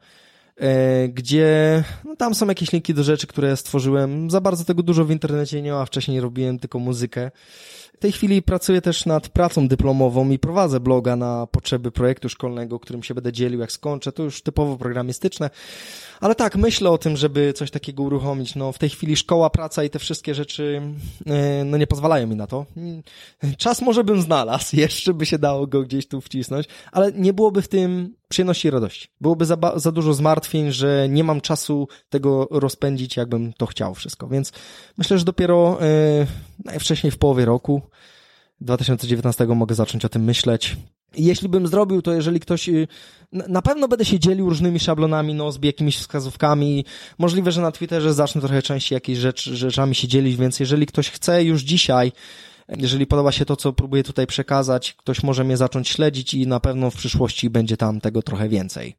gdzie tam są jakieś linki do rzeczy, które stworzyłem. Za bardzo tego dużo w internecie nie ma, wcześniej robiłem tylko muzykę. W tej chwili pracuję też nad pracą dyplomową i prowadzę bloga na potrzeby projektu szkolnego, którym się będę dzielił jak skończę. To już typowo programistyczne. Ale tak, myślę o tym, żeby coś takiego uruchomić. W tej chwili szkoła, praca i te wszystkie rzeczy nie pozwalają mi na to. Czas może bym znalazł, jeszcze by się dało go gdzieś tu wcisnąć, ale nie byłoby w tym przyjemności i radości. Byłoby za dużo zmartwień, że nie mam czasu tego rozpędzić, jakbym to chciał wszystko. Więc myślę, że dopiero najwcześniej w połowie roku 2019 mogę zacząć o tym myśleć. I jeśli bym zrobił to, jeżeli ktoś... Na pewno będę się dzielił różnymi szablonami Nozbi, jakimiś wskazówkami. Możliwe, że na Twitterze zacznę trochę częściej jakieś rzeczami się dzielić, więc jeżeli ktoś chce już dzisiaj, jeżeli podoba się to, co próbuję tutaj przekazać, ktoś może mnie zacząć śledzić i na pewno w przyszłości będzie tam tego trochę więcej.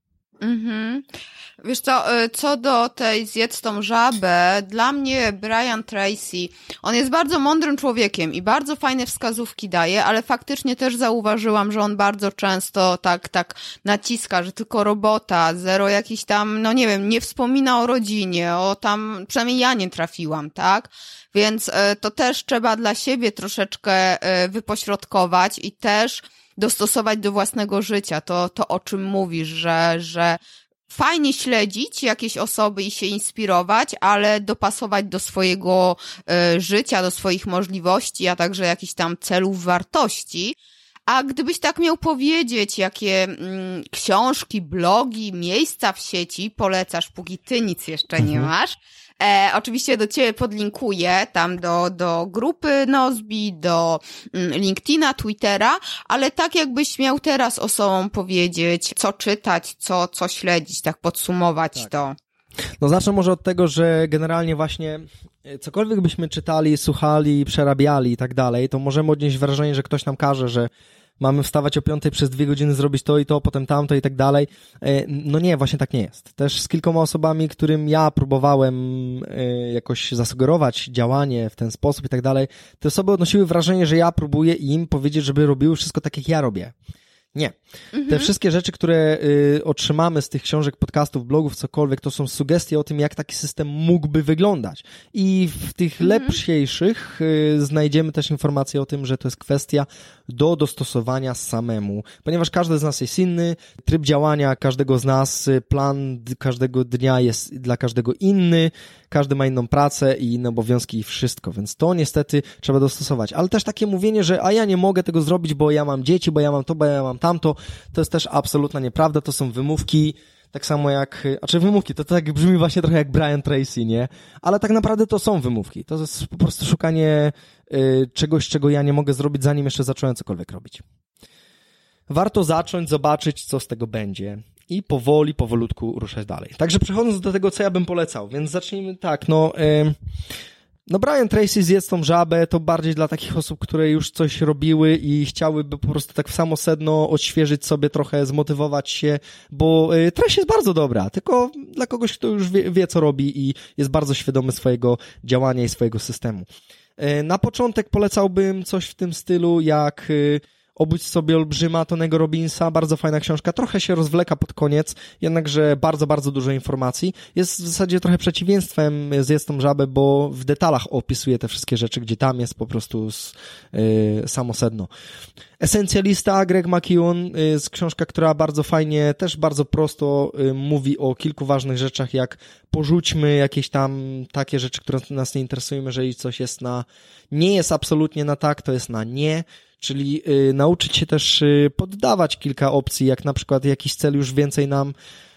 Wiesz co do tej Zjedz tą żabę, dla mnie Brian Tracy, on jest bardzo mądrym człowiekiem i bardzo fajne wskazówki daje, ale faktycznie też zauważyłam, że on bardzo często tak naciska, że tylko robota, zero jakiś tam, nie wspomina o rodzinie, przynajmniej ja nie trafiłam, tak? Więc to też trzeba dla siebie troszeczkę wypośrodkować i też dostosować do własnego życia. To o czym mówisz, że fajnie śledzić jakieś osoby i się inspirować, ale dopasować do swojego życia, do swoich możliwości, a także jakichś tam celów, wartości. A gdybyś tak miał powiedzieć, jakie książki, blogi, miejsca w sieci polecasz, póki ty nic jeszcze nie masz, oczywiście do ciebie podlinkuję tam do grupy Nozbi, do LinkedIna, Twittera, ale tak jakbyś miał teraz osobom powiedzieć, co czytać, co śledzić, tak podsumować to. No zacznę może od tego, że generalnie właśnie cokolwiek byśmy czytali, słuchali, przerabiali i tak dalej, to możemy odnieść wrażenie, że ktoś nam każe, że mamy wstawać o 5 przez 2 godziny, zrobić to i to, potem tamto i tak dalej. No nie, właśnie tak nie jest. Też z kilkoma osobami, którym ja próbowałem jakoś zasugerować działanie w ten sposób i tak dalej, te osoby odnosiły wrażenie, że ja próbuję im powiedzieć, żeby robiły wszystko tak, jak ja robię. Nie. Te wszystkie rzeczy, które otrzymamy z tych książek, podcastów, blogów, cokolwiek, to są sugestie o tym, jak taki system mógłby wyglądać. I w tych lepszych znajdziemy też informacje o tym, że to jest kwestia do dostosowania samemu. Ponieważ każdy z nas jest inny, tryb działania każdego z nas, plan każdego dnia jest dla każdego inny, każdy ma inną pracę i inne obowiązki i wszystko, więc to niestety trzeba dostosować. Ale też takie mówienie, że ja nie mogę tego zrobić, bo ja mam dzieci, bo ja mam to, bo ja mam tamto, to jest też absolutna nieprawda, to są wymówki, tak samo jak, wymówki, to tak brzmi właśnie trochę jak Brian Tracy, nie? Ale tak naprawdę to są wymówki, to jest po prostu szukanie czegoś, czego ja nie mogę zrobić, zanim jeszcze zacząłem cokolwiek robić. Warto zacząć, zobaczyć, co z tego będzie i powolutku ruszać dalej. Także przechodząc do tego, co ja bym polecał, więc zacznijmy tak, Brian Tracy Zjedz tą żabę to bardziej dla takich osób, które już coś robiły i chciałyby po prostu tak w samo sedno odświeżyć sobie trochę, zmotywować się, bo treść jest bardzo dobra, tylko dla kogoś, kto już wie co robi i jest bardzo świadomy swojego działania i swojego systemu. Na początek polecałbym coś w tym stylu jak Obudź sobie olbrzyma Tonego Robbinsa, bardzo fajna książka, trochę się rozwleka pod koniec, jednakże bardzo, bardzo dużo informacji. Jest w zasadzie trochę przeciwieństwem Zjedz tą żabę, bo w detalach opisuje te wszystkie rzeczy, gdzie tam jest po prostu samo sedno. Esencjalista Greg McKeown jest książka, która bardzo fajnie, też bardzo prosto mówi o kilku ważnych rzeczach, jak porzućmy jakieś tam takie rzeczy, które nas nie interesują, jeżeli coś jest nie jest absolutnie na tak, to jest na nie. Czyli nauczyć się też poddawać kilka opcji, jak na przykład jakiś cel już więcej nam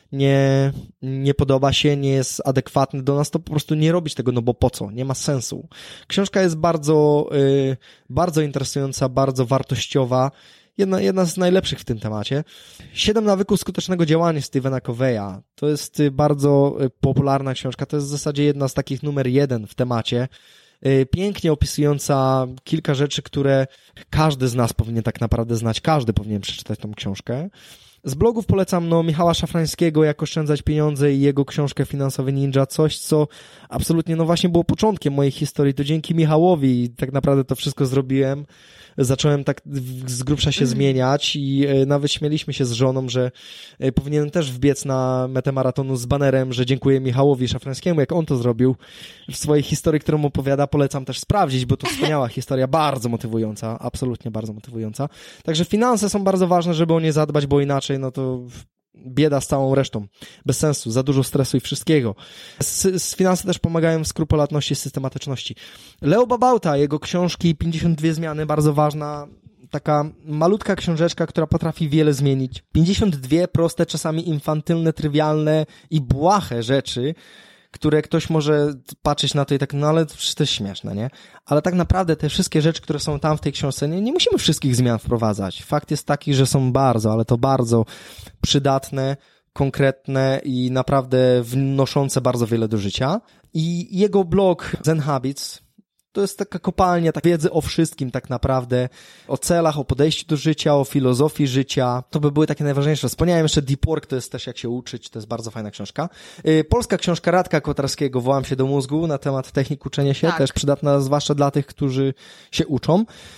nie podoba się, nie jest adekwatny do nas, to po prostu nie robić tego, no bo po co? Nie ma sensu. Książka jest bardzo, bardzo interesująca, bardzo wartościowa. Jedna z najlepszych w tym temacie. 7 nawyków skutecznego działania Stephena Coveya. To jest bardzo popularna książka. To jest w zasadzie jedna z takich numer 1 w temacie. Pięknie opisująca kilka rzeczy, które każdy z nas powinien tak naprawdę znać, każdy powinien przeczytać tą książkę. Z blogów polecam Michała Szafrańskiego, Jak oszczędzać pieniądze i jego książkę Finansowy Ninja, coś co absolutnie właśnie było początkiem mojej historii, to dzięki Michałowi tak naprawdę to wszystko zrobiłem. Zacząłem tak z grubsza się zmieniać i nawet śmieliśmy się z żoną, że powinienem też wbiec na metę maratonu z banerem, że dziękuję Michałowi Szafrańskiemu, jak on to zrobił w swojej historii, którą opowiada. Polecam też sprawdzić, bo to wspaniała historia, bardzo motywująca, absolutnie bardzo motywująca. Także finanse są bardzo ważne, żeby o nie zadbać, bo inaczej to bieda z całą resztą. Bez sensu, za dużo stresu i wszystkiego. Finanse też pomagają w skrupulatności, systematyczności. Leo Babauta, jego książki 52 zmiany, bardzo ważna, taka malutka książeczka, która potrafi wiele zmienić. 52 proste, czasami infantylne, trywialne i błahe rzeczy, które ktoś może patrzeć na to i tak, ale to jest śmieszne, nie? Ale tak naprawdę te wszystkie rzeczy, które są tam w tej książce, nie musimy wszystkich zmian wprowadzać. Fakt jest taki, że są ale to bardzo przydatne, konkretne i naprawdę wnoszące bardzo wiele do życia. I jego blog Zen Habits to jest taka kopalnia wiedzy o wszystkim tak naprawdę, o celach, o podejściu do życia, o filozofii życia. To by były takie najważniejsze. Wspomniałem jeszcze Deep Work, to jest też jak się uczyć, to jest bardzo fajna książka. Polska książka Radka Kotarskiego, Wołam się do mózgu, na temat technik uczenia się, też przydatna zwłaszcza dla tych, którzy się uczą.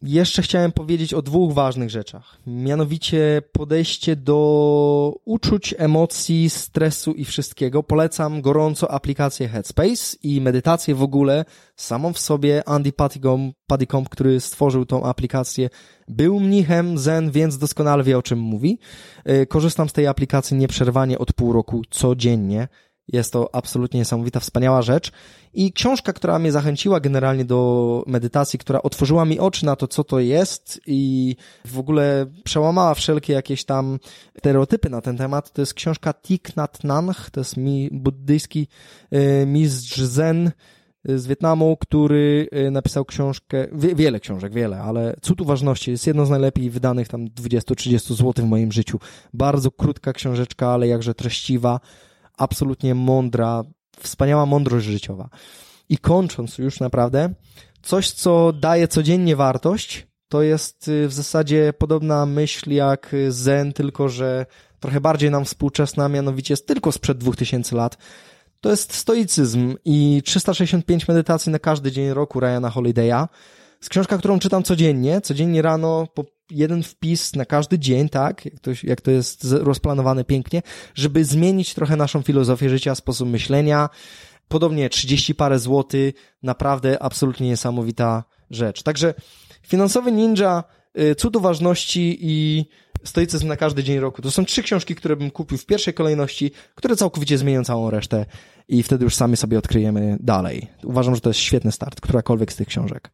jeszcze chciałem powiedzieć o 2 ważnych rzeczach. Mianowicie podejście do uczuć, emocji, stresu i wszystkiego. Polecam gorąco aplikację Headspace i medytację w ogóle. Samą w sobie Andy Puddicombe, który stworzył tą aplikację, był mnichem zen, więc doskonale wie, o czym mówi. Korzystam z tej aplikacji nieprzerwanie od pół roku codziennie. Jest to absolutnie niesamowita, wspaniała rzecz. I książka, która mnie zachęciła generalnie do medytacji, która otworzyła mi oczy na to, co to jest i w ogóle przełamała wszelkie jakieś tam stereotypy na ten temat, to jest książka Thich Nhat Hanh, to jest buddyjski mistrz zen z Wietnamu, który napisał książkę, wiele książek, ale Cud Uważności jest jedną z najlepiej wydanych tam 20-30 zł w moim życiu. Bardzo krótka książeczka, ale jakże treściwa, absolutnie mądra, wspaniała mądrość życiowa. I kończąc już naprawdę, coś, co daje codziennie wartość, to jest w zasadzie podobna myśl jak zen, tylko że trochę bardziej nam współczesna, mianowicie jest tylko sprzed 2000 lat. To jest stoicyzm i 365 medytacji na każdy dzień roku Ryana Holiday'a. Jest książka, którą czytam codziennie rano, po jeden wpis na każdy dzień, tak, jak to jest rozplanowane pięknie, żeby zmienić trochę naszą filozofię życia, sposób myślenia. Podobnie 30 parę złotych, naprawdę absolutnie niesamowita rzecz. Także Finansowy Ninja, Cud Uważności i Stoicyzm na każdy dzień roku. To są 3 książki, które bym kupił w pierwszej kolejności, które całkowicie zmienią całą resztę i wtedy już sami sobie odkryjemy dalej. Uważam, że to jest świetny start, którakolwiek z tych książek.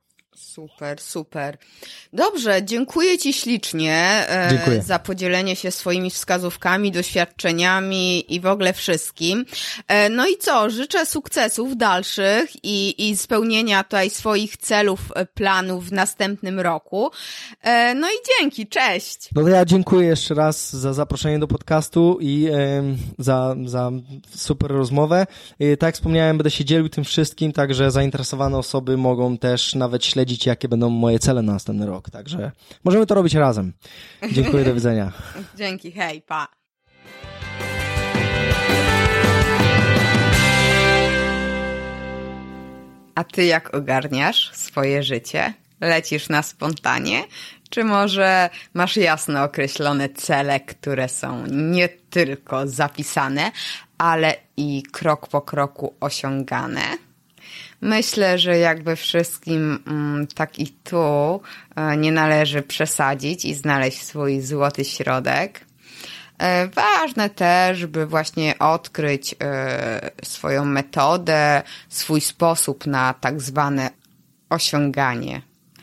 Super. Dobrze, dziękuję Ci ślicznie za podzielenie się swoimi wskazówkami, doświadczeniami i w ogóle wszystkim. No i co, życzę sukcesów dalszych i spełnienia tutaj swoich celów, planów w następnym roku. No i dzięki, cześć! No to ja dziękuję jeszcze raz za zaproszenie do podcastu i za super rozmowę. Tak jak wspomniałem, będę się dzielił tym wszystkim, także zainteresowane osoby mogą też nawet śledzić, jakie będą moje cele na następny rok. Także możemy to robić razem. Dziękuję, do widzenia. Dzięki, hej, pa. A ty jak ogarniasz swoje życie? Lecisz na spontanie? Czy może masz jasno określone cele, które są nie tylko zapisane, ale i krok po kroku osiągane? Myślę, że jakby wszystkim tak i tu nie należy przesadzić i znaleźć swój złoty środek. Ważne też, by właśnie odkryć swoją metodę, swój sposób na tak zwane osiąganie.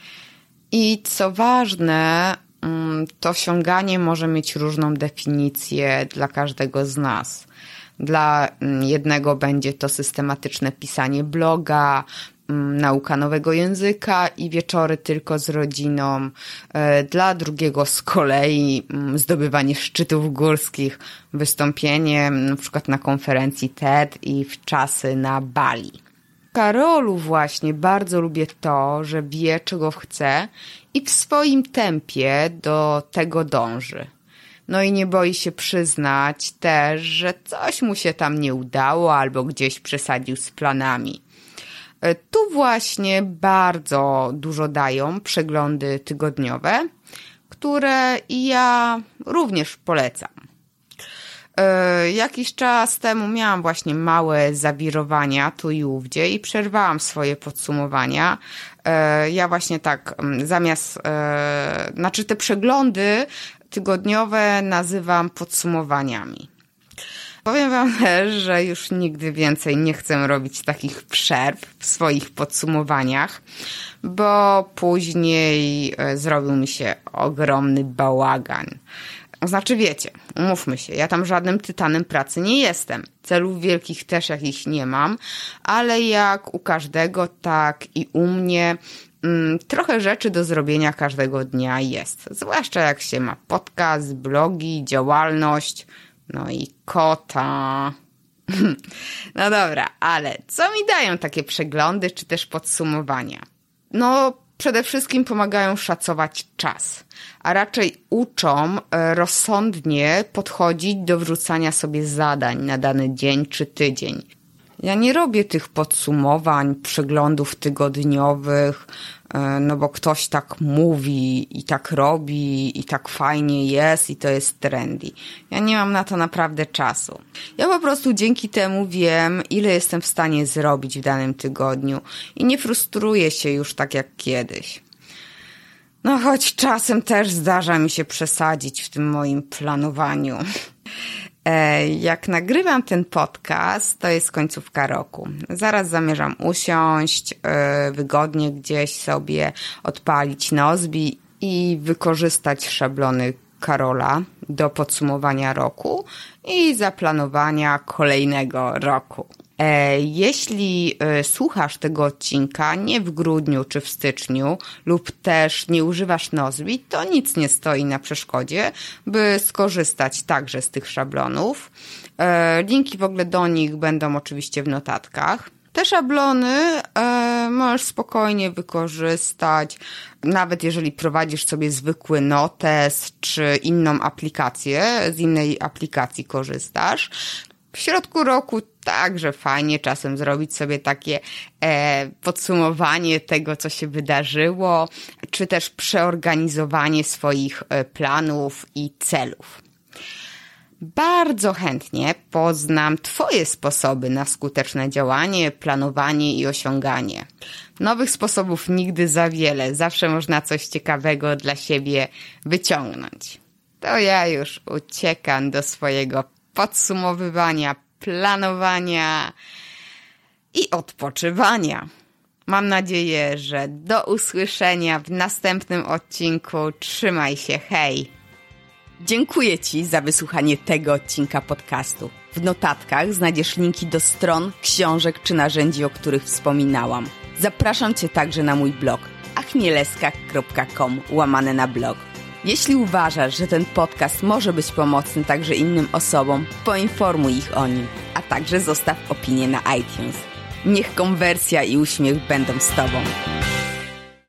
I co ważne, to osiąganie może mieć różną definicję dla każdego z nas. Dla jednego będzie to systematyczne pisanie bloga, nauka nowego języka i wieczory tylko z rodziną. Dla drugiego z kolei zdobywanie szczytów górskich, wystąpienie na przykład na konferencji TED i wczasy na Bali. Karolu właśnie bardzo lubię to, że wie, czego chce i w swoim tempie do tego dąży. No i nie boi się przyznać też, że coś mu się tam nie udało albo gdzieś przesadził z planami. Tu właśnie bardzo dużo dają przeglądy tygodniowe, które ja również polecam. Jakiś czas temu miałam właśnie małe zawirowania tu i ówdzie i przerwałam swoje podsumowania. Ja właśnie tak zamiast, te przeglądy tygodniowe nazywam podsumowaniami. Powiem wam też, że już nigdy więcej nie chcę robić takich przerw w swoich podsumowaniach, bo później zrobił mi się ogromny bałagan. Znaczy wiecie, umówmy się, ja tam żadnym tytanem pracy nie jestem. Celów wielkich też jakichś nie mam, ale jak u każdego, tak i u mnie trochę rzeczy do zrobienia każdego dnia jest. Zwłaszcza jak się ma podcast, blogi, działalność, no i kota. No dobra, ale co mi dają takie przeglądy czy też podsumowania? No przede wszystkim pomagają szacować czas, a raczej uczą rozsądnie podchodzić do wrzucania sobie zadań na dany dzień czy tydzień. Ja nie robię tych podsumowań, przeglądów tygodniowych, no bo ktoś tak mówi i tak robi i tak fajnie jest i to jest trendy. Ja nie mam na to naprawdę czasu. Ja po prostu dzięki temu wiem, ile jestem w stanie zrobić w danym tygodniu i nie frustruję się już tak jak kiedyś. No choć czasem też zdarza mi się przesadzić w tym moim planowaniu. Jak nagrywam ten podcast, to jest końcówka roku. Zaraz zamierzam usiąść, wygodnie gdzieś sobie odpalić Nozbi i wykorzystać szablony Karola do podsumowania roku i zaplanowania kolejnego roku. Jeśli słuchasz tego odcinka nie w grudniu czy w styczniu lub też nie używasz Nozbi, to nic nie stoi na przeszkodzie, by skorzystać także z tych szablonów. Linki w ogóle do nich będą oczywiście w notatkach. Te szablony możesz spokojnie wykorzystać, nawet jeżeli prowadzisz sobie zwykły notes czy inną aplikację, z innej aplikacji korzystasz. W środku roku także fajnie czasem zrobić sobie takie podsumowanie tego, co się wydarzyło, czy też przeorganizowanie swoich planów i celów. Bardzo chętnie poznam Twoje sposoby na skuteczne działanie, planowanie i osiąganie. Nowych sposobów nigdy za wiele, zawsze można coś ciekawego dla siebie wyciągnąć. To ja już uciekam do swojego podsumowywania, planowania i odpoczywania. Mam nadzieję, że do usłyszenia w następnym odcinku. Trzymaj się, hej! Dziękuję Ci za wysłuchanie tego odcinka podcastu. W notatkach znajdziesz linki do stron, książek czy narzędzi, o których wspominałam. Zapraszam Cię także na mój blog achmieleska.com/blog. Jeśli uważasz, że ten podcast może być pomocny także innym osobom, poinformuj ich o nim, a także zostaw opinię na iTunes. Niech konwersja i uśmiech będą z Tobą.